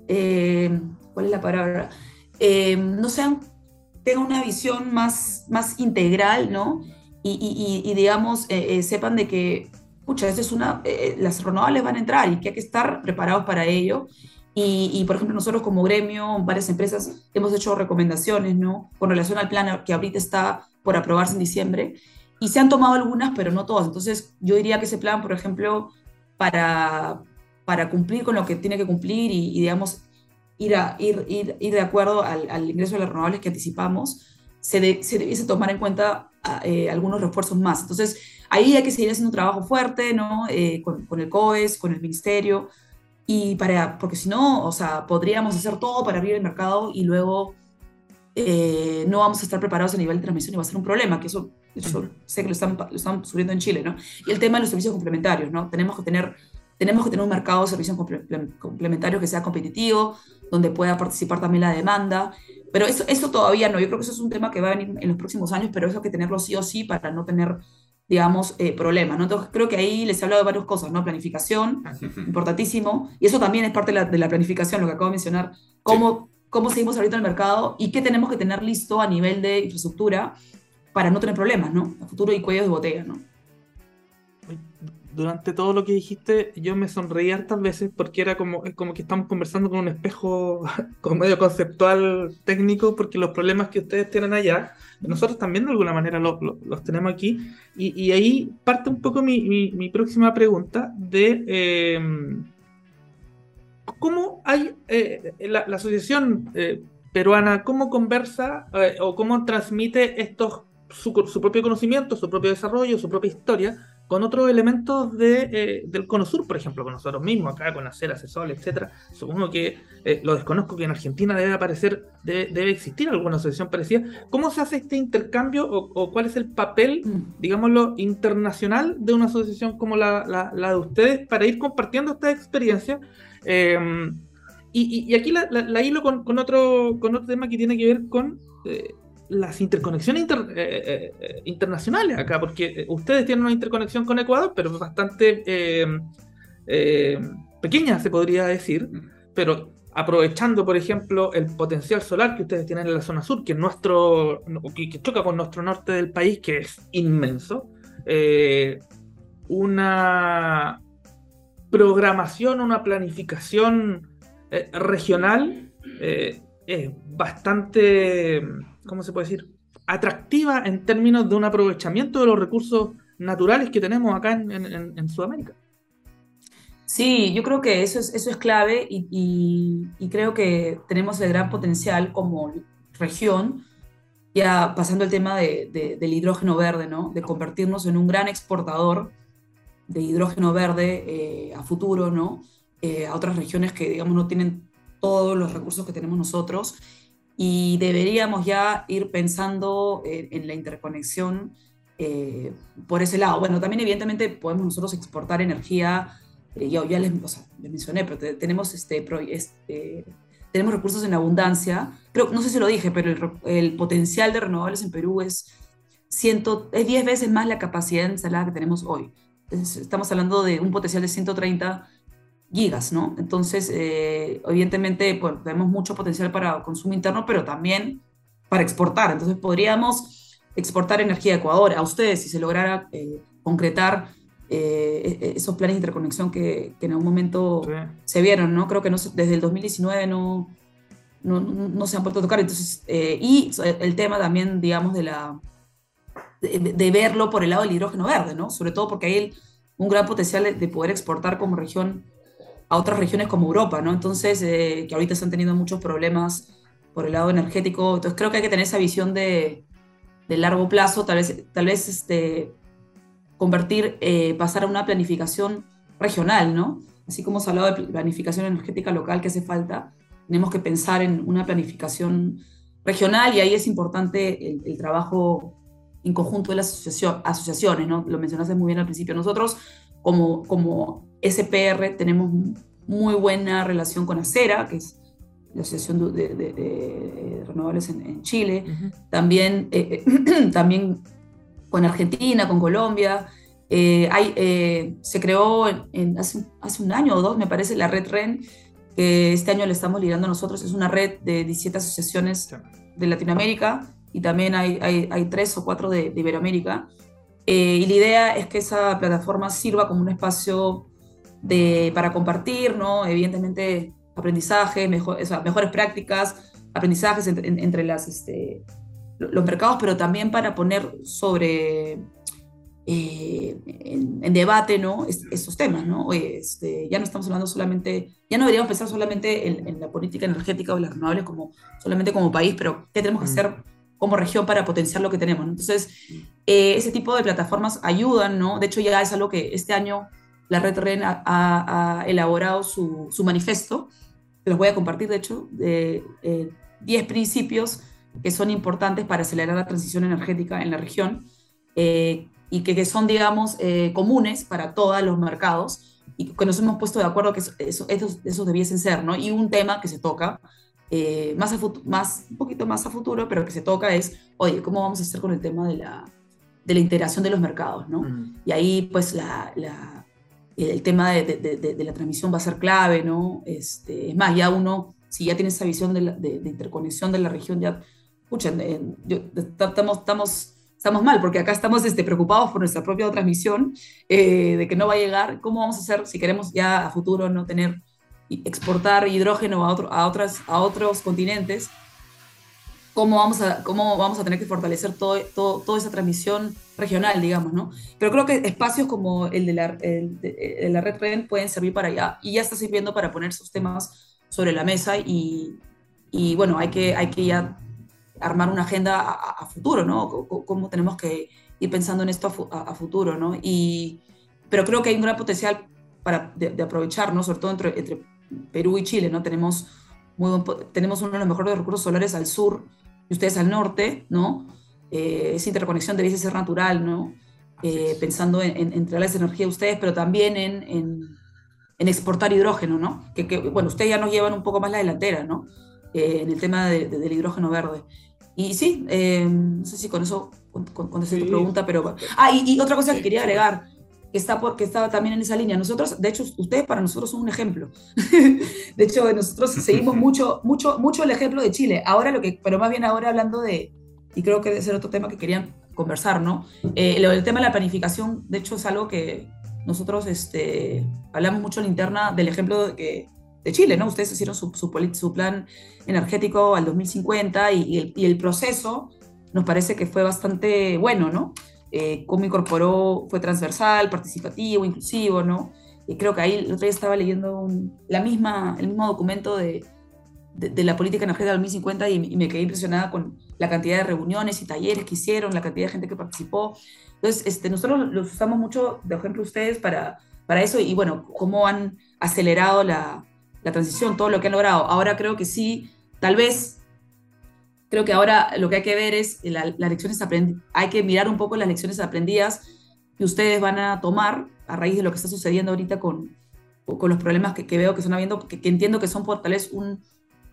eh, ¿cuál es la palabra? Eh, no sean, tengan una visión más, más integral, ¿no? Y, y, y digamos, eh, eh, sepan de que, pucha, esto es una, eh, las renovables van a entrar y que hay que estar preparados para ello. Y, y, por ejemplo, nosotros como gremio, varias empresas, hemos hecho recomendaciones, ¿no? Con relación al plan que ahorita está por aprobarse en diciembre, y se han tomado algunas, pero no todas. Entonces, yo diría que ese plan, por ejemplo, para, para cumplir con lo que tiene que cumplir y, y digamos, ir, a, ir, ir, ir de acuerdo al, al ingreso de las renovables que anticipamos, se, de, se debiese tomar en cuenta eh, algunos refuerzos más. Entonces, ahí hay que seguir haciendo un trabajo fuerte, ¿no? Eh, con, con el COES, con el Ministerio, y para, porque si no, o sea, podríamos hacer todo para abrir el mercado y luego eh, no vamos a estar preparados a nivel de transmisión y va a ser un problema, que eso, eso sé que lo están, lo están sufriendo en Chile, ¿no? Y el tema de los servicios complementarios, ¿no? Tenemos que tener, tenemos que tener un mercado de servicios complementarios que sea competitivo, donde pueda participar también la demanda, pero eso, eso todavía no. Yo creo que eso es un tema que va a venir en los próximos años, pero eso hay que tenerlo sí o sí para no tener, digamos, eh, problemas, ¿no? Entonces creo que ahí les he hablado de varias cosas, ¿no? Planificación, importantísimo, y eso también es parte de la, de la planificación, lo que acabo de mencionar, cómo, sí. cómo seguimos ahorita en el mercado y qué tenemos que tener listo a nivel de infraestructura para no tener problemas, ¿no? A futuro y cuellos de botella, ¿no? durante todo lo que dijiste, yo me sonreí hartas veces porque era como, es como que estamos conversando con un espejo como medio conceptual técnico, porque los problemas que ustedes tienen allá, nosotros también de alguna manera lo- lo- los tenemos aquí. Y, y ahí parte un poco mi, mi- mi próxima pregunta de eh, cómo hay eh, la, la asociación eh, peruana, cómo conversa eh, o cómo transmite estos su, su propio conocimiento, su propio desarrollo, su propia historia con otros elementos de, eh, del Cono Sur, por ejemplo, con nosotros mismos, acá con Acera, Cesol, etcétera. Supongo que eh, lo desconozco, que en Argentina debe aparecer, debe, debe existir alguna asociación parecida. ¿Cómo se hace este intercambio o, o cuál es el papel, digámoslo, internacional de una asociación como la, la, la de ustedes para ir compartiendo esta experiencia? Eh, y, y, y, aquí la, la, la hilo con, con, otro, con otro tema que tiene que ver con eh, las interconexiones inter, eh, eh, internacionales acá, porque ustedes tienen una interconexión con Ecuador, pero es bastante eh, eh, pequeña, se podría decir, pero aprovechando, por ejemplo, el potencial solar que ustedes tienen en la zona sur, que, es nuestro, que, que choca con nuestro norte del país, que es inmenso, eh, una programación, una planificación eh, regional eh, es bastante, ¿cómo se puede decir?, atractiva en términos de un aprovechamiento de los recursos naturales que tenemos acá en, en, en Sudamérica. Sí, yo creo que eso es, eso es clave y, y, y creo que tenemos el gran potencial como región, ya pasando el tema de, de, del hidrógeno verde, ¿no? De convertirnos en un gran exportador de hidrógeno verde eh, a futuro, ¿no? Eh, a otras regiones que, digamos, no tienen todos los recursos que tenemos nosotros, y deberíamos ya ir pensando en, en la interconexión eh, por ese lado. Bueno, también evidentemente podemos nosotros exportar energía, eh, yo ya les, o sea, les mencioné, pero te, tenemos, este, pro, este, tenemos recursos en abundancia. Creo, no sé si lo dije, pero el, el potencial de renovables en Perú es, ciento, es diez veces más la capacidad instalada que tenemos hoy. Estamos hablando de un potencial de ciento treinta gigas, ¿no? Entonces, eh, evidentemente, pues, tenemos mucho potencial para consumo interno, pero también para exportar. Entonces, podríamos exportar energía a Ecuador, a ustedes, si se lograra eh, concretar eh, esos planes de interconexión que, que en algún momento sí. se vieron, ¿no? Creo que no, desde el dos mil diecinueve no, no, no se han vuelto a tocar. Entonces, eh, y el tema también, digamos, de la... De, de verlo por el lado del hidrógeno verde, ¿no? Sobre todo porque hay un gran potencial de, de poder exportar como región a otras regiones como Europa, ¿no? Entonces, eh, que ahorita están teniendo muchos problemas por el lado energético. Entonces, creo que hay que tener esa visión de, de largo plazo, tal vez, tal vez este, convertir, eh, pasar a una planificación regional, ¿no? Así como se ha hablado de planificación energética local que hace falta, tenemos que pensar en una planificación regional, y ahí es importante el, el trabajo en conjunto de las asociación, asociaciones, ¿no? Lo mencionaste muy bien al principio. Nosotros, como, como S P R, tenemos muy buena relación con Acera, que es la Asociación de, de, de Renovables en, en Chile, uh-huh. también, eh, también con Argentina, con Colombia. Eh, hay, eh, se creó en, en hace, hace un año o dos, me parece, la red R E N, que este año le estamos liderando nosotros. Es una red de diecisiete asociaciones de Latinoamérica, y también hay, hay, hay tres o cuatro de, de Iberoamérica. Eh, y la idea es que esa plataforma sirva como un espacio de, para compartir, ¿no? Evidentemente, aprendizaje, mejor, o sea, mejores prácticas, aprendizajes entre, en, entre las, este, los mercados, pero también para poner sobre, eh, en, en debate, ¿no? Es, estos temas, ¿no? Oye, este, ya no estamos hablando solamente, ya no deberíamos pensar solamente en, en la política energética o las renovables como, solamente como país, pero ¿qué tenemos que hacer como región para potenciar lo que tenemos, ¿no? Entonces, eh, ese tipo de plataformas ayudan, ¿no? De hecho, ya es algo que este año la Red R E N ha, ha, ha elaborado su, su manifiesto, que los voy a compartir, de hecho, de eh, diez principios que son importantes para acelerar la transición energética en la región, eh, y que, que son, digamos, eh, comunes para todos los mercados, y que nos hemos puesto de acuerdo que eso, eso, esos, esos debiesen ser, ¿no? Y un tema que se toca, Eh, más, a más un poquito más a futuro, pero que se toca es, oye, ¿cómo vamos a hacer con el tema de la, de la integración de los mercados, ¿no? Mm. Y ahí, pues, la, la, el tema de, de, de, de la transmisión va a ser clave, ¿no? Este, es más, ya uno, si ya tiene esa visión de, la, de, de interconexión de la región, ya, escuchen, eh, yo, estamos, estamos estamos mal, porque acá estamos este, preocupados por nuestra propia transmisión, eh, de que no va a llegar. ¿Cómo vamos a hacer si queremos ya a futuro no tener, exportar hidrógeno a, otro, a, otras, a otros continentes? Cómo vamos a, cómo vamos a tener que fortalecer todo, todo, toda esa transmisión regional, digamos, ¿no? Pero creo que espacios como el de la, el de, el de la Red REN pueden servir para allá, y ya está sirviendo para poner esos temas sobre la mesa, y, y bueno, hay que, hay que ya armar una agenda a, a futuro, ¿no? C- cómo tenemos que ir pensando en esto a, fu a, a futuro, ¿no? Y, pero creo que hay un gran potencial para, de, de aprovechar, ¿no? Sobre todo entre, entre Perú y Chile, ¿no? Tenemos, muy buen, tenemos uno de los mejores recursos solares al sur, y ustedes al norte, ¿no? Eh, esa interconexión debe ser natural, ¿no? Eh, pensando en, en, en traerles energía a ustedes, pero también en, en, en exportar hidrógeno, ¿no? Que, que, bueno, ustedes ya nos llevan un poco más la delantera, ¿no? Eh, en el tema de, de, del hidrógeno verde. Y sí, eh, no sé si con eso contesté Sí. tu pregunta, pero... Ah, y, y otra cosa Sí, que quería sí. agregar, que está por, que estaba también en esa línea. Nosotros, de hecho, ustedes para nosotros son un ejemplo. De hecho, nosotros seguimos mucho, mucho, mucho el ejemplo de Chile. Ahora lo que, pero más bien ahora hablando de, y creo que debe ser otro tema que querían conversar, ¿no? Eh, lo del tema de la planificación, de hecho, es algo que nosotros este, hablamos mucho en la interna del ejemplo de, que, de Chile, ¿no? Ustedes hicieron su, su, su plan energético al dos mil cincuenta, y, y, el, y el proceso nos parece que fue bastante bueno, ¿no? Eh, cómo incorporó, fue transversal, participativo, inclusivo, ¿no? Y creo que ahí el otro día estaba leyendo un, la misma, el mismo documento de, de, de la política energética del dos mil cincuenta, y, y me quedé impresionada con la cantidad de reuniones y talleres que hicieron, la cantidad de gente que participó. Entonces, este, nosotros los usamos mucho de ejemplo ustedes para, para eso, y bueno, cómo han acelerado la, la transición, todo lo que han logrado. Ahora creo que sí, tal vez... Creo que ahora lo que hay que ver es la, las lecciones aprendidas, hay que mirar un poco las lecciones aprendidas que ustedes van a tomar a raíz de lo que está sucediendo ahorita con, con los problemas que, que veo que están habiendo, que, que entiendo que son por tal vez un,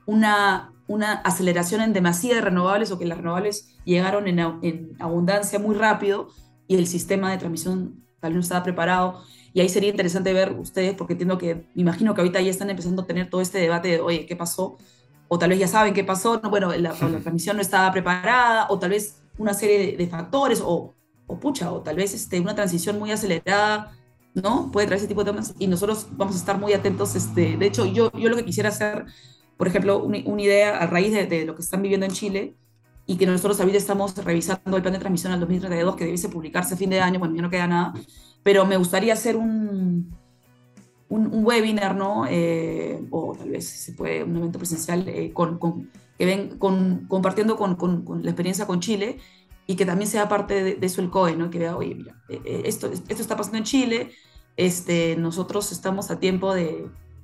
una, una aceleración en demasía de renovables, o que las renovables llegaron en, en abundancia muy rápido y el sistema de transmisión tal vez no estaba preparado. Y ahí sería interesante ver ustedes, porque entiendo que, me imagino que ahorita ya están empezando a tener todo este debate de, oye, ¿qué pasó? O tal vez ya saben qué pasó, no, bueno, la, la transmisión no estaba preparada, o tal vez una serie de, de factores, o, o pucha, o tal vez este, una transición muy acelerada, ¿no? Puede traer ese tipo de temas, y nosotros vamos a estar muy atentos. Este, de hecho, yo, yo lo que quisiera hacer, por ejemplo, una, una idea a raíz de, de lo que están viviendo en Chile, y que nosotros ahorita estamos revisando el plan de transmisión al dos mil treinta y dos, que debiese publicarse a fin de año, bueno, ya no queda nada, pero me gustaría hacer un... Un, un webinar, ¿no? Eh, o tal vez se puede un evento presencial, eh, con, con, que ven con, compartiendo con, con, con la experiencia con Chile, y que también sea parte de, de eso el C O E, ¿no? Que vea, oye, mira, eh, esto, esto está pasando en Chile, este, nosotros estamos a tiempo de,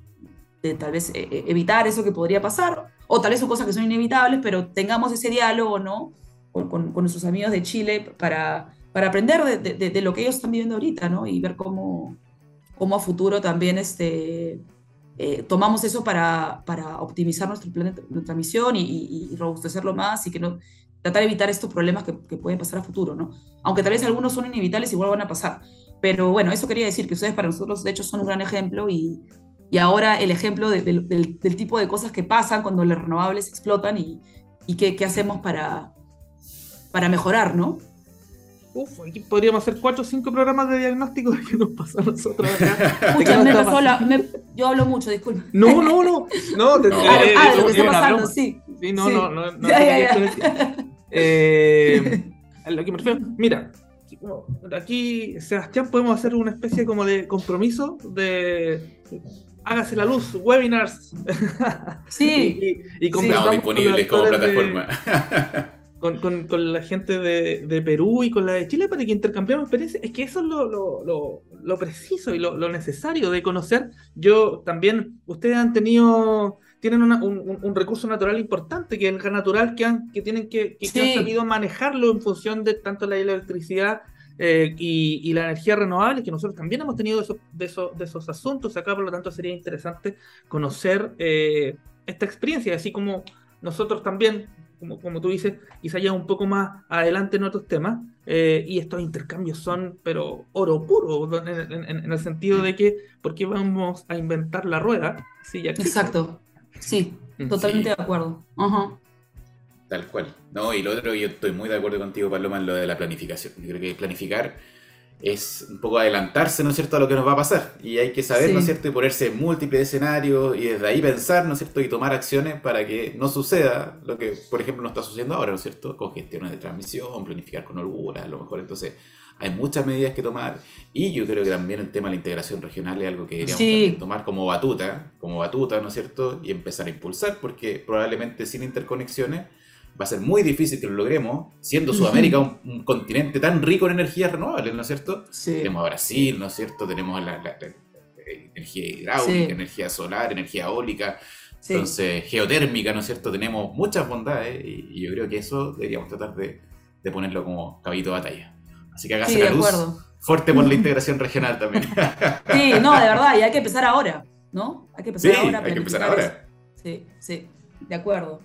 de tal vez eh, evitar eso que podría pasar, o tal vez son cosas que son inevitables, pero tengamos ese diálogo, ¿no? Con, con, con nuestros amigos de Chile para, para aprender de, de, de lo que ellos están viviendo ahorita, ¿no? Y ver cómo... cómo a futuro también este, eh, tomamos eso para, para optimizar nuestro plan de nuestra misión, y, y, y robustecerlo más, y que no, tratar de evitar estos problemas que, que pueden pasar a futuro, ¿no? Aunque tal vez algunos son inevitables, igual van a pasar. Pero bueno, eso quería decir, que ustedes para nosotros de hecho son un gran ejemplo, y, y ahora el ejemplo de, de, del, del tipo de cosas que pasan cuando las renovables explotan, y, y qué, qué hacemos para, para mejorar, ¿no? Uf, aquí podríamos hacer cuatro o cinco programas de diagnóstico de qué nos pasa a nosotros acá. Pucha, me pasó la, me, yo hablo mucho, disculpa. No, no, no. No, te, No. Ah, eh, ah, eh, lo que es está una pasando, broma. sí. Sí, no, Sí. no, no, no. Ya, no ya, te ya. quiero decir. Eh, a lo que me refiero, mira, aquí, Sebastián, podemos hacer una especie como de compromiso de hágase la luz, webinars. Sí. y, y, y Sí. conversamos Estamos con disponibles los como actores de- plataforma. Con, con, con la gente de, de Perú y con la de Chile, para que intercambiemos experiencias. Es que eso es lo, lo, lo, lo preciso y lo, lo necesario de conocer. Yo también, ustedes han tenido, tienen una, un, un, un recurso natural importante, que es el gas natural, que, han, que tienen que, que, Sí. que han sabido manejarlo en función de tanto la electricidad eh, y, y la energía renovable, que nosotros también hemos tenido de esos, de esos, de esos asuntos acá. Por lo tanto, sería interesante conocer eh, esta experiencia, así como nosotros también, como, como tú dices, quizá ya un poco más adelante en otros temas, eh, y estos intercambios son, pero oro puro, en, en- en el sentido de que, ¿por qué vamos a inventar la rueda si ya existe? Exacto. Sí, Mm. totalmente Sí. de acuerdo. Ajá. Tal cual. No, y lo otro, yo estoy muy de acuerdo contigo, Paloma, en lo de la planificación. Yo creo que planificar es un poco adelantarse, ¿no es cierto?, a lo que nos va a pasar. Y hay que saber, ¿no es Sí, cierto?, y ponerse en múltiples escenarios y desde ahí pensar, ¿no es cierto?, y tomar acciones para que no suceda lo que, por ejemplo, no está sucediendo ahora, ¿no es cierto?, congestiones de transmisión, planificar con holgura, a lo mejor. Entonces, hay muchas medidas que tomar. Y yo creo que también el tema de la integración regional es algo que deberíamos también sí, tomar como batuta, como batuta, ¿no es cierto?, y empezar a impulsar, porque probablemente sin interconexiones va a ser muy difícil que lo logremos, siendo Sudamérica un, un continente tan rico en energías renovables, ¿no es cierto? sí, Tenemos a Brasil, ¿no es cierto? Tenemos la, la- la- la energía hidráulica, sí, energía solar, energía eólica, sí, entonces geotérmica, ¿no es cierto? Tenemos muchas bondades y, y yo creo que eso deberíamos tratar de, de ponerlo como caballito de batalla. Así que hágase sí, la de luz acuerdo. fuerte por la integración regional también. Sí, no, de verdad, y hay que empezar ahora, ¿no? Hay que empezar Sí, ahora a hay que empezar planificar eso. ahora. Sí, sí, de acuerdo.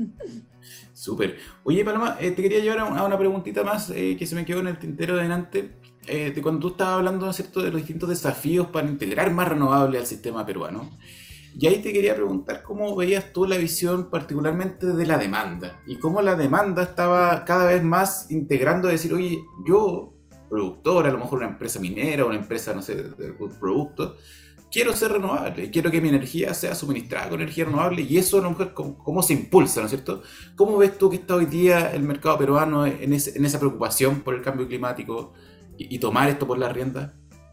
Súper. Oye, Paloma, eh, te quería llevar a una, a una preguntita más eh, que se me quedó en el tintero de delante. Eh, de cuando tú estabas hablando, ¿no es cierto?, de los distintos desafíos para integrar más renovables al sistema peruano. Y ahí te quería preguntar cómo veías tú la visión particularmente de la demanda y cómo la demanda estaba cada vez más integrando, decir, oye, yo, productor, a lo mejor una empresa minera, una empresa, no sé, de algún producto, quiero ser renovable y quiero que mi energía sea suministrada con energía renovable y eso a lo mejor cómo, cómo se impulsa, ¿no es cierto? ¿Cómo ves tú que está hoy día el mercado peruano en, ese, en esa preocupación por el cambio climático y, y tomar esto por la rienda?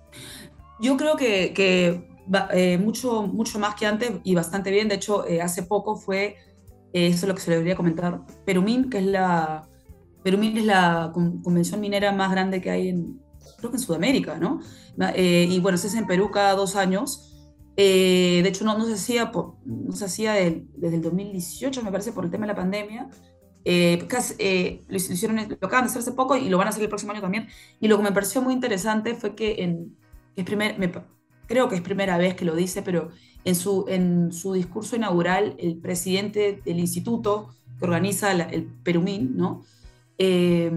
Yo creo que, que va- eh, mucho, mucho más que antes y bastante bien. De hecho, eh, hace poco fue, eh, eso es lo que se le debería comentar, Perumin, que es la, Perumin es la con- convención minera más grande que hay en, creo que en Sudamérica, ¿no? Ma- eh, y bueno, se hace en Perú cada dos años. Eh, de hecho, no, no se hacía, por- no se hacía del- desde el dos mil dieciocho, me parece, por el tema de la pandemia. Eh, casi, eh, lo hicieron, lo acaban de hacer hace poco y lo van a hacer el próximo año también. Y lo que me pareció muy interesante fue que en, es primer, me pa- creo que es primera vez que lo dice, pero en su, en su discurso inaugural, el presidente del instituto que organiza la- el Perumín, ¿no? Eh,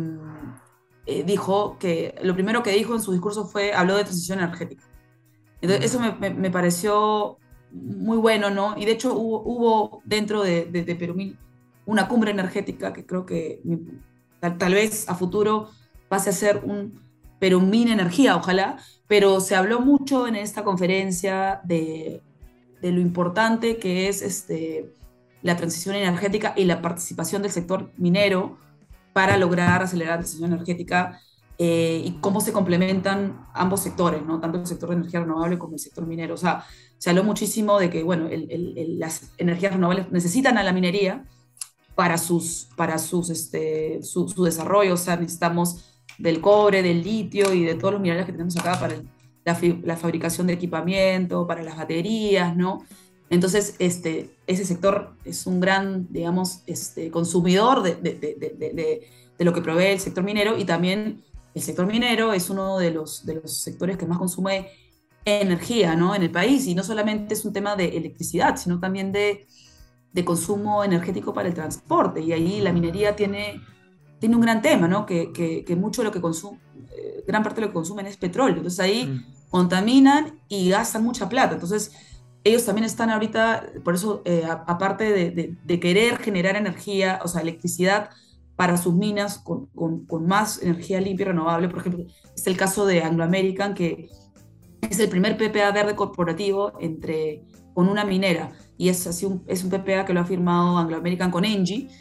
eh, dijo que lo primero que dijo en su discurso fue, habló de transición energética. Entonces, eso me, me- me pareció muy bueno, ¿no? Y de hecho hubo, hubo dentro de, de, de Perumín una cumbre energética que creo que mi- tal, tal vez a futuro pase a ser un Perumín Energía, ojalá, pero se habló mucho en esta conferencia de, de lo importante que es este, la transición energética y la participación del sector minero para lograr acelerar la transición energética eh, y cómo se complementan ambos sectores, ¿no? Tanto el sector de energía renovable como el sector minero. O sea, se habló muchísimo de que, bueno, el, el, el, las energías renovables necesitan a la minería para, sus, para sus, este, su, su desarrollo. O sea, necesitamos del cobre, del litio y de todos los minerales que tenemos acá para el, la, la, fabricación de equipamiento, para las baterías, ¿no? Entonces, este, ese sector es un gran, digamos, este, consumidor de, de, de, de, de, de lo que provee el sector minero y también el sector minero es uno de los, de los sectores que más consume energía, ¿no?, en el país y no solamente es un tema de electricidad, sino también de, de consumo energético para el transporte y ahí la minería tiene, tiene un gran tema, ¿no?, que, que, que mucho de lo que consume, eh, gran parte de lo que consumen es petróleo, entonces ahí Mm. contaminan y gastan mucha plata, entonces ellos también están ahorita, por eso, eh, a- aparte de, de, de querer generar energía, o sea, electricidad para sus minas con, con, con más energía limpia y renovable, por ejemplo, es el caso de Anglo American, que es el primer P P A verde corporativo entre, con una minera, y es, así un, es un P P A que lo ha firmado Anglo American con Engie,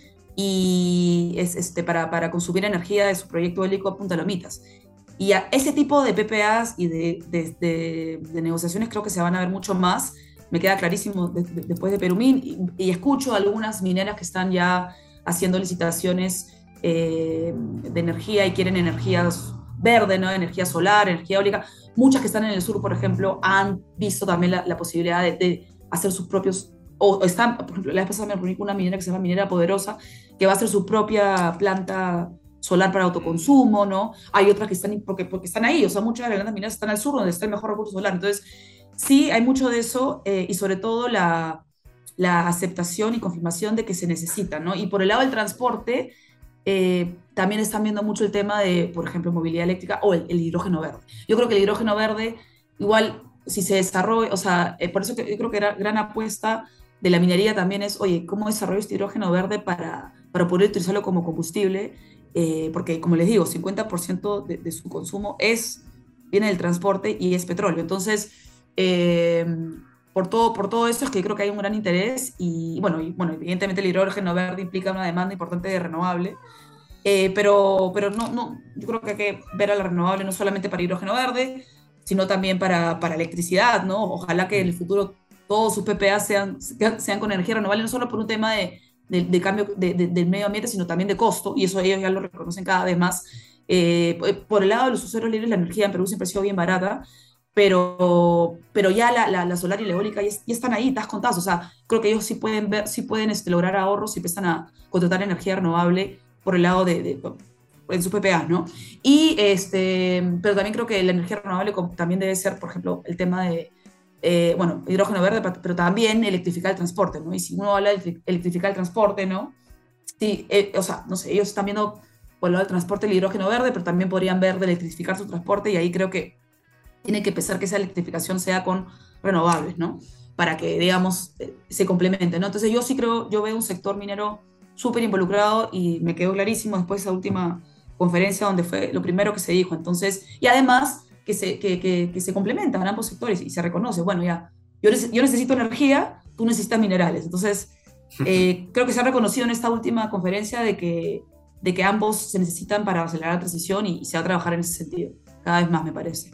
y es este, para, para consumir energía de su proyecto eólico Punta Lomitas. Y a ese tipo de P P As y de, de, de, de negociaciones creo que se van a ver mucho más. Me queda clarísimo de, de, después de Perumín, y, y escucho algunas mineras que están ya haciendo licitaciones eh, de energía y quieren energías verde, ¿no?, energía solar, energía eólica. Muchas que están en el sur, por ejemplo, han visto también la, la posibilidad de, de hacer sus propios, o, o están, por ejemplo, la vez pasada me reuní con una minera que se llama Minera Poderosa, que va a hacer su propia planta solar para autoconsumo, ¿no? Hay otras que están, porque, porque están ahí, o sea, muchas de las grandes mineras están al sur, donde está el mejor recurso solar. Entonces, sí, hay mucho de eso, eh, y sobre todo la, la aceptación y confirmación de que se necesita, ¿no? Y por el lado del transporte, eh, también están viendo mucho el tema de, por ejemplo, movilidad eléctrica o el, el hidrógeno verde. Yo creo que el hidrógeno verde, igual, si se desarrolla, o sea, eh, por eso que yo creo que era gran apuesta de la minería también es, oye, ¿cómo desarrollo este hidrógeno verde para, para poder utilizarlo como combustible, eh, porque como les digo, cincuenta por ciento de, de su consumo es, viene del transporte y es petróleo. Entonces, eh, por, todo, por todo eso es que creo que hay un gran interés y bueno, y, bueno evidentemente el hidrógeno verde implica una demanda importante de renovable, eh, pero, pero no, no, yo creo que hay que ver a la renovable no solamente para hidrógeno verde, sino también para, para electricidad, ¿no? Ojalá que en el futuro todos sus P P A sean, sean con energía renovable, no solo por un tema de, de, de cambio de, de, del medio ambiente, sino también de costo, y eso ellos ya lo reconocen cada vez más. Eh, por el lado de los usuarios libres, la energía en Perú siempre ha sido bien barata, pero, pero ya la, la, la solar y la eólica ya, ya están ahí, estás contados. O sea, creo que ellos sí pueden, ver, sí pueden este, lograr ahorros si empiezan a contratar energía renovable por el lado de, de en sus P P A, ¿no? Y este, pero también creo que la energía renovable también debe ser, por ejemplo, el tema de, eh, bueno, hidrógeno verde, pero también electrificar el transporte, ¿no? Y si uno habla de electrificar el transporte, ¿no? Sí, eh, o sea, no sé, ellos están viendo por el lado del transporte el hidrógeno verde, pero también podrían ver de electrificar su transporte, y ahí creo que tiene que pensar que esa electrificación sea con renovables, ¿no? Para que, digamos, eh, se complemente, ¿no? Entonces yo sí creo, yo veo un sector minero súper involucrado y me quedó clarísimo después de esa última conferencia donde fue lo primero que se dijo. Entonces, y además que se, que, que, que se complementan ambos sectores y se reconoce, bueno, ya, yo, yo necesito energía, tú necesitas minerales. Entonces, eh, creo que se ha reconocido en esta última conferencia de que, de que ambos se necesitan para acelerar la transición y, y se va a trabajar en ese sentido, cada vez más, me parece.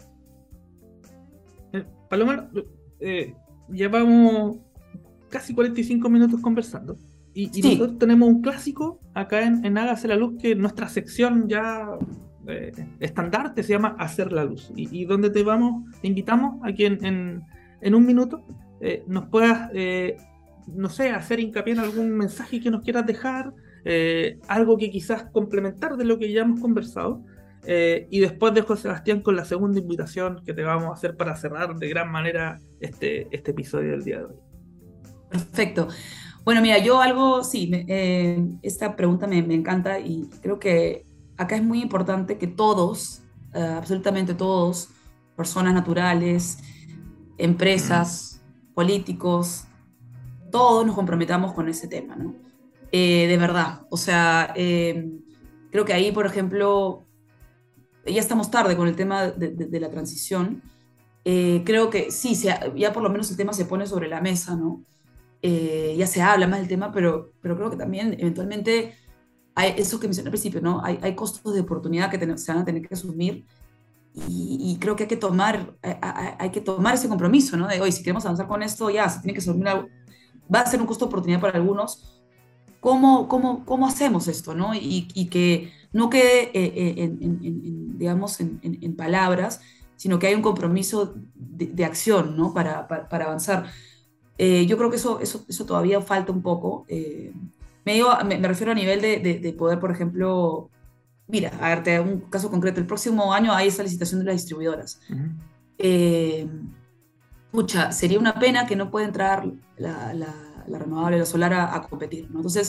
Eh, Paloma, eh, llevamos casi cuarenta y cinco minutos conversando. Y, y sí. Nosotros tenemos un clásico acá en, en Hágase la Luz, que nuestra sección ya eh, estandarte se llama Hacer la Luz. Y, y donde te vamos, te invitamos a que en, en, en un minuto eh, nos puedas, eh, no sé, hacer hincapié en algún mensaje que nos quieras dejar, eh, algo que quizás complementar de lo que ya hemos conversado. Eh, y después dejo a Sebastián con la segunda invitación que te vamos a hacer para cerrar de gran manera este, este episodio del día de hoy. Perfecto. Bueno, mira, yo algo, sí, me, eh, esta pregunta me, me encanta y creo que acá es muy importante que todos, uh, absolutamente todos, personas naturales, empresas, políticos, todos nos comprometamos con ese tema, ¿no? Eh, de verdad, o sea, eh, creo que ahí, por ejemplo, ya estamos tarde con el tema de, de, de la transición. Eh, creo que sí, se, ya por lo menos el tema se pone sobre la mesa, ¿no? Eh, ya se habla más del tema, pero, pero creo que también eventualmente hay eso que mencioné al principio, ¿no? Hay, hay costos de oportunidad que ten, se van a tener que asumir y, y creo que hay que tomar, hay, hay que tomar ese compromiso, ¿no? De, oye, si queremos avanzar con esto, ya, se tiene que asumir algo, va a ser un costo de oportunidad para algunos. ¿Cómo, cómo, cómo hacemos esto, no? Y, y que no quede, eh, en, en, en, digamos, en, en, en palabras, sino que hay un compromiso de, de acción, ¿no? Para, para, para avanzar. Eh, yo creo que eso, eso, eso todavía falta un poco. Eh, me, digo, me, me refiero a nivel de, de, de poder, por ejemplo, mira, a darte un caso concreto, el próximo año hay esa licitación de las distribuidoras. Uh-huh. eh, pucha, sería una pena que no pueda entrar la, la, la renovable, la solar a, a competir, ¿no? Entonces,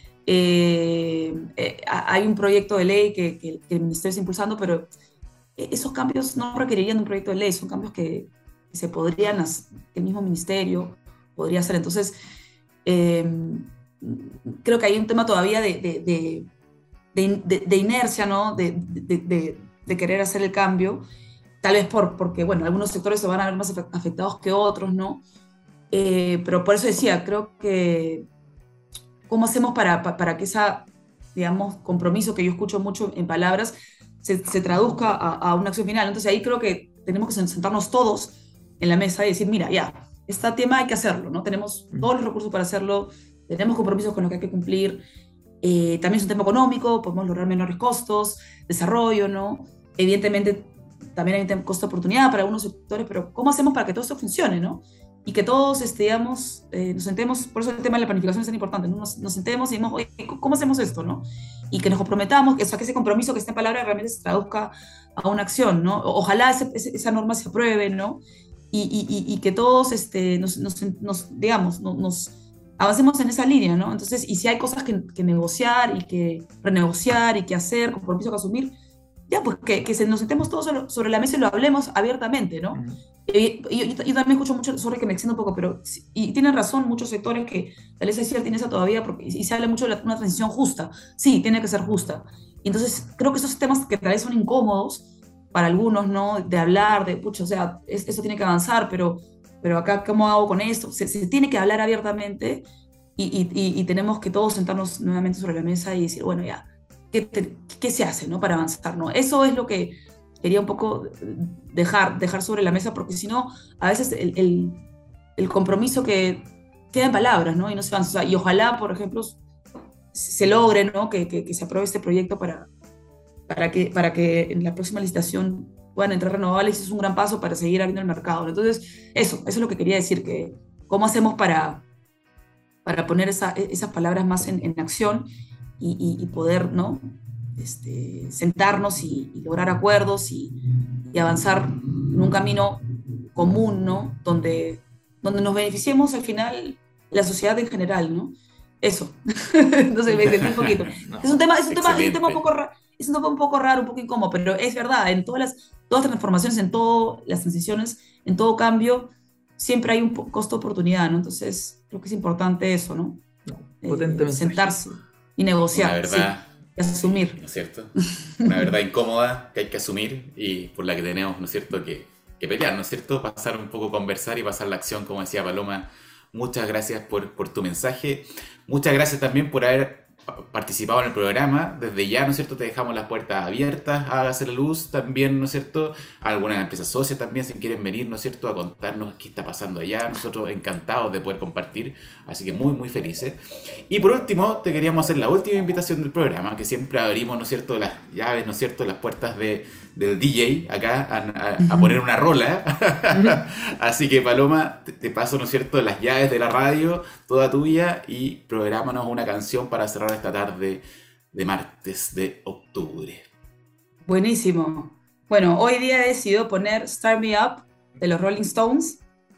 eh, eh, hay un proyecto de ley que, que, que el Ministerio está impulsando, pero esos cambios no requerirían de un proyecto de ley, son cambios que, que se podrían hacer, que el mismo Ministerio podría hacer. Entonces, eh, creo que hay un tema todavía de, de, de, de, de, de inercia, ¿no? De, de, de, de querer hacer el cambio, tal vez por, porque, bueno, algunos sectores se van a ver más afectados que otros, ¿no? Eh, pero por eso decía, creo que ¿cómo hacemos para, para, para que esa, digamos, compromiso que yo escucho mucho en palabras se, se traduzca a, a una acción final? Entonces ahí creo que tenemos que sentarnos todos en la mesa y decir, mira, ya, este tema hay que hacerlo, ¿no? Tenemos todos los recursos para hacerlo, tenemos compromisos con los que hay que cumplir, eh, también es un tema económico, podemos lograr menores costos, desarrollo, ¿no? Evidentemente también hay un costo de oportunidad para algunos sectores, pero ¿cómo hacemos para que todo esto funcione, ¿no? Y que todos, este, digamos, eh, nos sentemos, por eso el tema de la planificación es tan importante, ¿no? Nos, nos sentemos y digamos, oye, ¿cómo hacemos esto, no? Y que nos comprometamos, que, o sea, que ese compromiso que está en palabra realmente se traduzca a una acción, ¿no? Ojalá ese, esa norma se apruebe, ¿no? Y, y, y que todos, este, nos, nos, nos digamos, nos, nos avancemos en esa línea, ¿no? Entonces, y si hay cosas que, que negociar y que renegociar y que hacer, compromiso que asumir, ya, pues que, que se, nos sentemos todos sobre, sobre la mesa y lo hablemos abiertamente, ¿no? Mm. Y, y- yo, yo también escucho mucho, sorry que me extiendo un poco, pero, sí- y tienen razón muchos sectores que tal vez es cierta tiene esa todavía, porque, y, y se habla mucho de la- una transición justa. Sí, tiene que ser justa. Y entonces creo que esos temas que tal vez son incómodos para algunos, ¿no? De hablar, de, pucha, o sea, es- esto tiene que avanzar, pero, pero acá, ¿cómo hago con esto? Se, se tiene que hablar abiertamente y, y, y- y tenemos que todos sentarnos nuevamente sobre la mesa y decir, bueno, ya, ¿qué, te- qué se hace, ¿no? Para avanzar, ¿no? Eso es lo que quería un poco dejar, dejar sobre la mesa, porque si no, a veces el, el, el compromiso que queda en palabras, ¿no? Y no se avanza. O sea, y ojalá, por ejemplo, se logre, ¿no? Que, que, que se apruebe este proyecto para, para, que, para que en la próxima licitación puedan entrar renovables. Es un gran paso para seguir abriendo el mercado, ¿no? Entonces, eso, eso es lo que quería decir, que cómo hacemos para, para poner esa, esas palabras más en, en acción y, y, y poder, ¿no? Este, sentarnos y, y lograr acuerdos y, y avanzar en un camino común, ¿no? Donde, donde nos beneficiemos al final la sociedad en general, ¿no? Eso. Entonces me extendí un poquito. No, Es un tema, es un tema, es un excelente. tema un poco raro, es un tema un poco raro, un poco incómodo, pero es verdad, en todas las, todas las transformaciones, en todas las transiciones, en todo cambio, siempre hay un po- costo de oportunidad, ¿no? Entonces, creo que es importante eso, ¿no? no, Eh, potente mensaje. sentarse y Una negociar, sí, verdad, y asumir. ¿no es cierto? Una verdad incómoda que hay que asumir y por la que tenemos, ¿no es cierto?, que, que pelear, ¿no es cierto? Pasar un poco, conversar y pasar la acción, como decía Paloma. Muchas gracias por, por tu mensaje. Muchas gracias también por haber pa- participado en el programa. Desde ya, ¿no es cierto?, te dejamos las puertas abiertas a Hágase la Luz también, ¿no es cierto? A algunas empresas socias también, si quieren venir, ¿no es cierto?, a contarnos qué está pasando allá. Nosotros encantados de poder compartir, así que muy, muy felices. Y por último, te queríamos hacer la última invitación del programa, que siempre abrimos, ¿no es cierto?, las llaves, ¿no es cierto?, las puertas de, del D J acá a, a- a poner una rola. Así que Paloma, te, te paso, ¿no es cierto?, las llaves de la radio, toda tuya, y programámonos una canción para cerrar esta tarde de martes de octubre. Buenísimo. Bueno, hoy día he decidido poner Start Me Up de los Rolling Stones.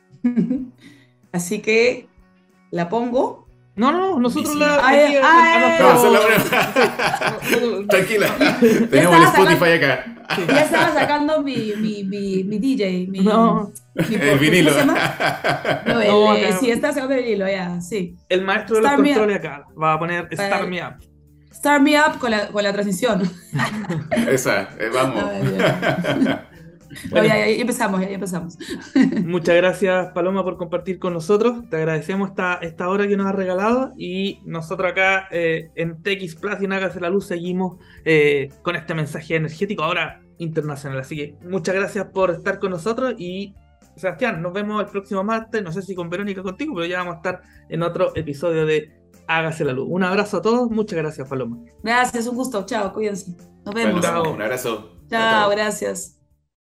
Así que la pongo. No, no, nosotros Buenísimo. la. Ay, aquí a- ay, a ay, No, nuestro- esa es la Sí, no, Tranquila, Ya tenemos el estaba Spotify sacando- acá. Ya estaba sacando mi, mi, mi, mi D J, mi, No, mi- El vinilo. ¿cómo se llama? No, el, No, eh, acá- sí, está sacando el vinilo, ya, sí. el maestro de los Start me up. controles acá va a poner Para Start el- Me Up. Start Me Up con la, con la transición. Esa, eh, vamos. No, ya. No, ya, ya, ya empezamos, ya, ya empezamos. Muchas gracias, Paloma, por compartir con nosotros. Te agradecemos esta, esta hora que nos has regalado. Y nosotros acá eh, en T X Plus y en Hágase la Luz seguimos eh, con este mensaje energético ahora internacional. Así que muchas gracias por estar con nosotros. Y Sebastián, nos vemos el próximo martes. No sé si con Verónica contigo, pero ya vamos a estar en otro episodio de Hágase la Luz. Un abrazo a todos. Muchas gracias, Paloma. Gracias, un gusto. Chao, cuídense. Nos Bueno, vemos. Chao. un abrazo. Chao, gracias.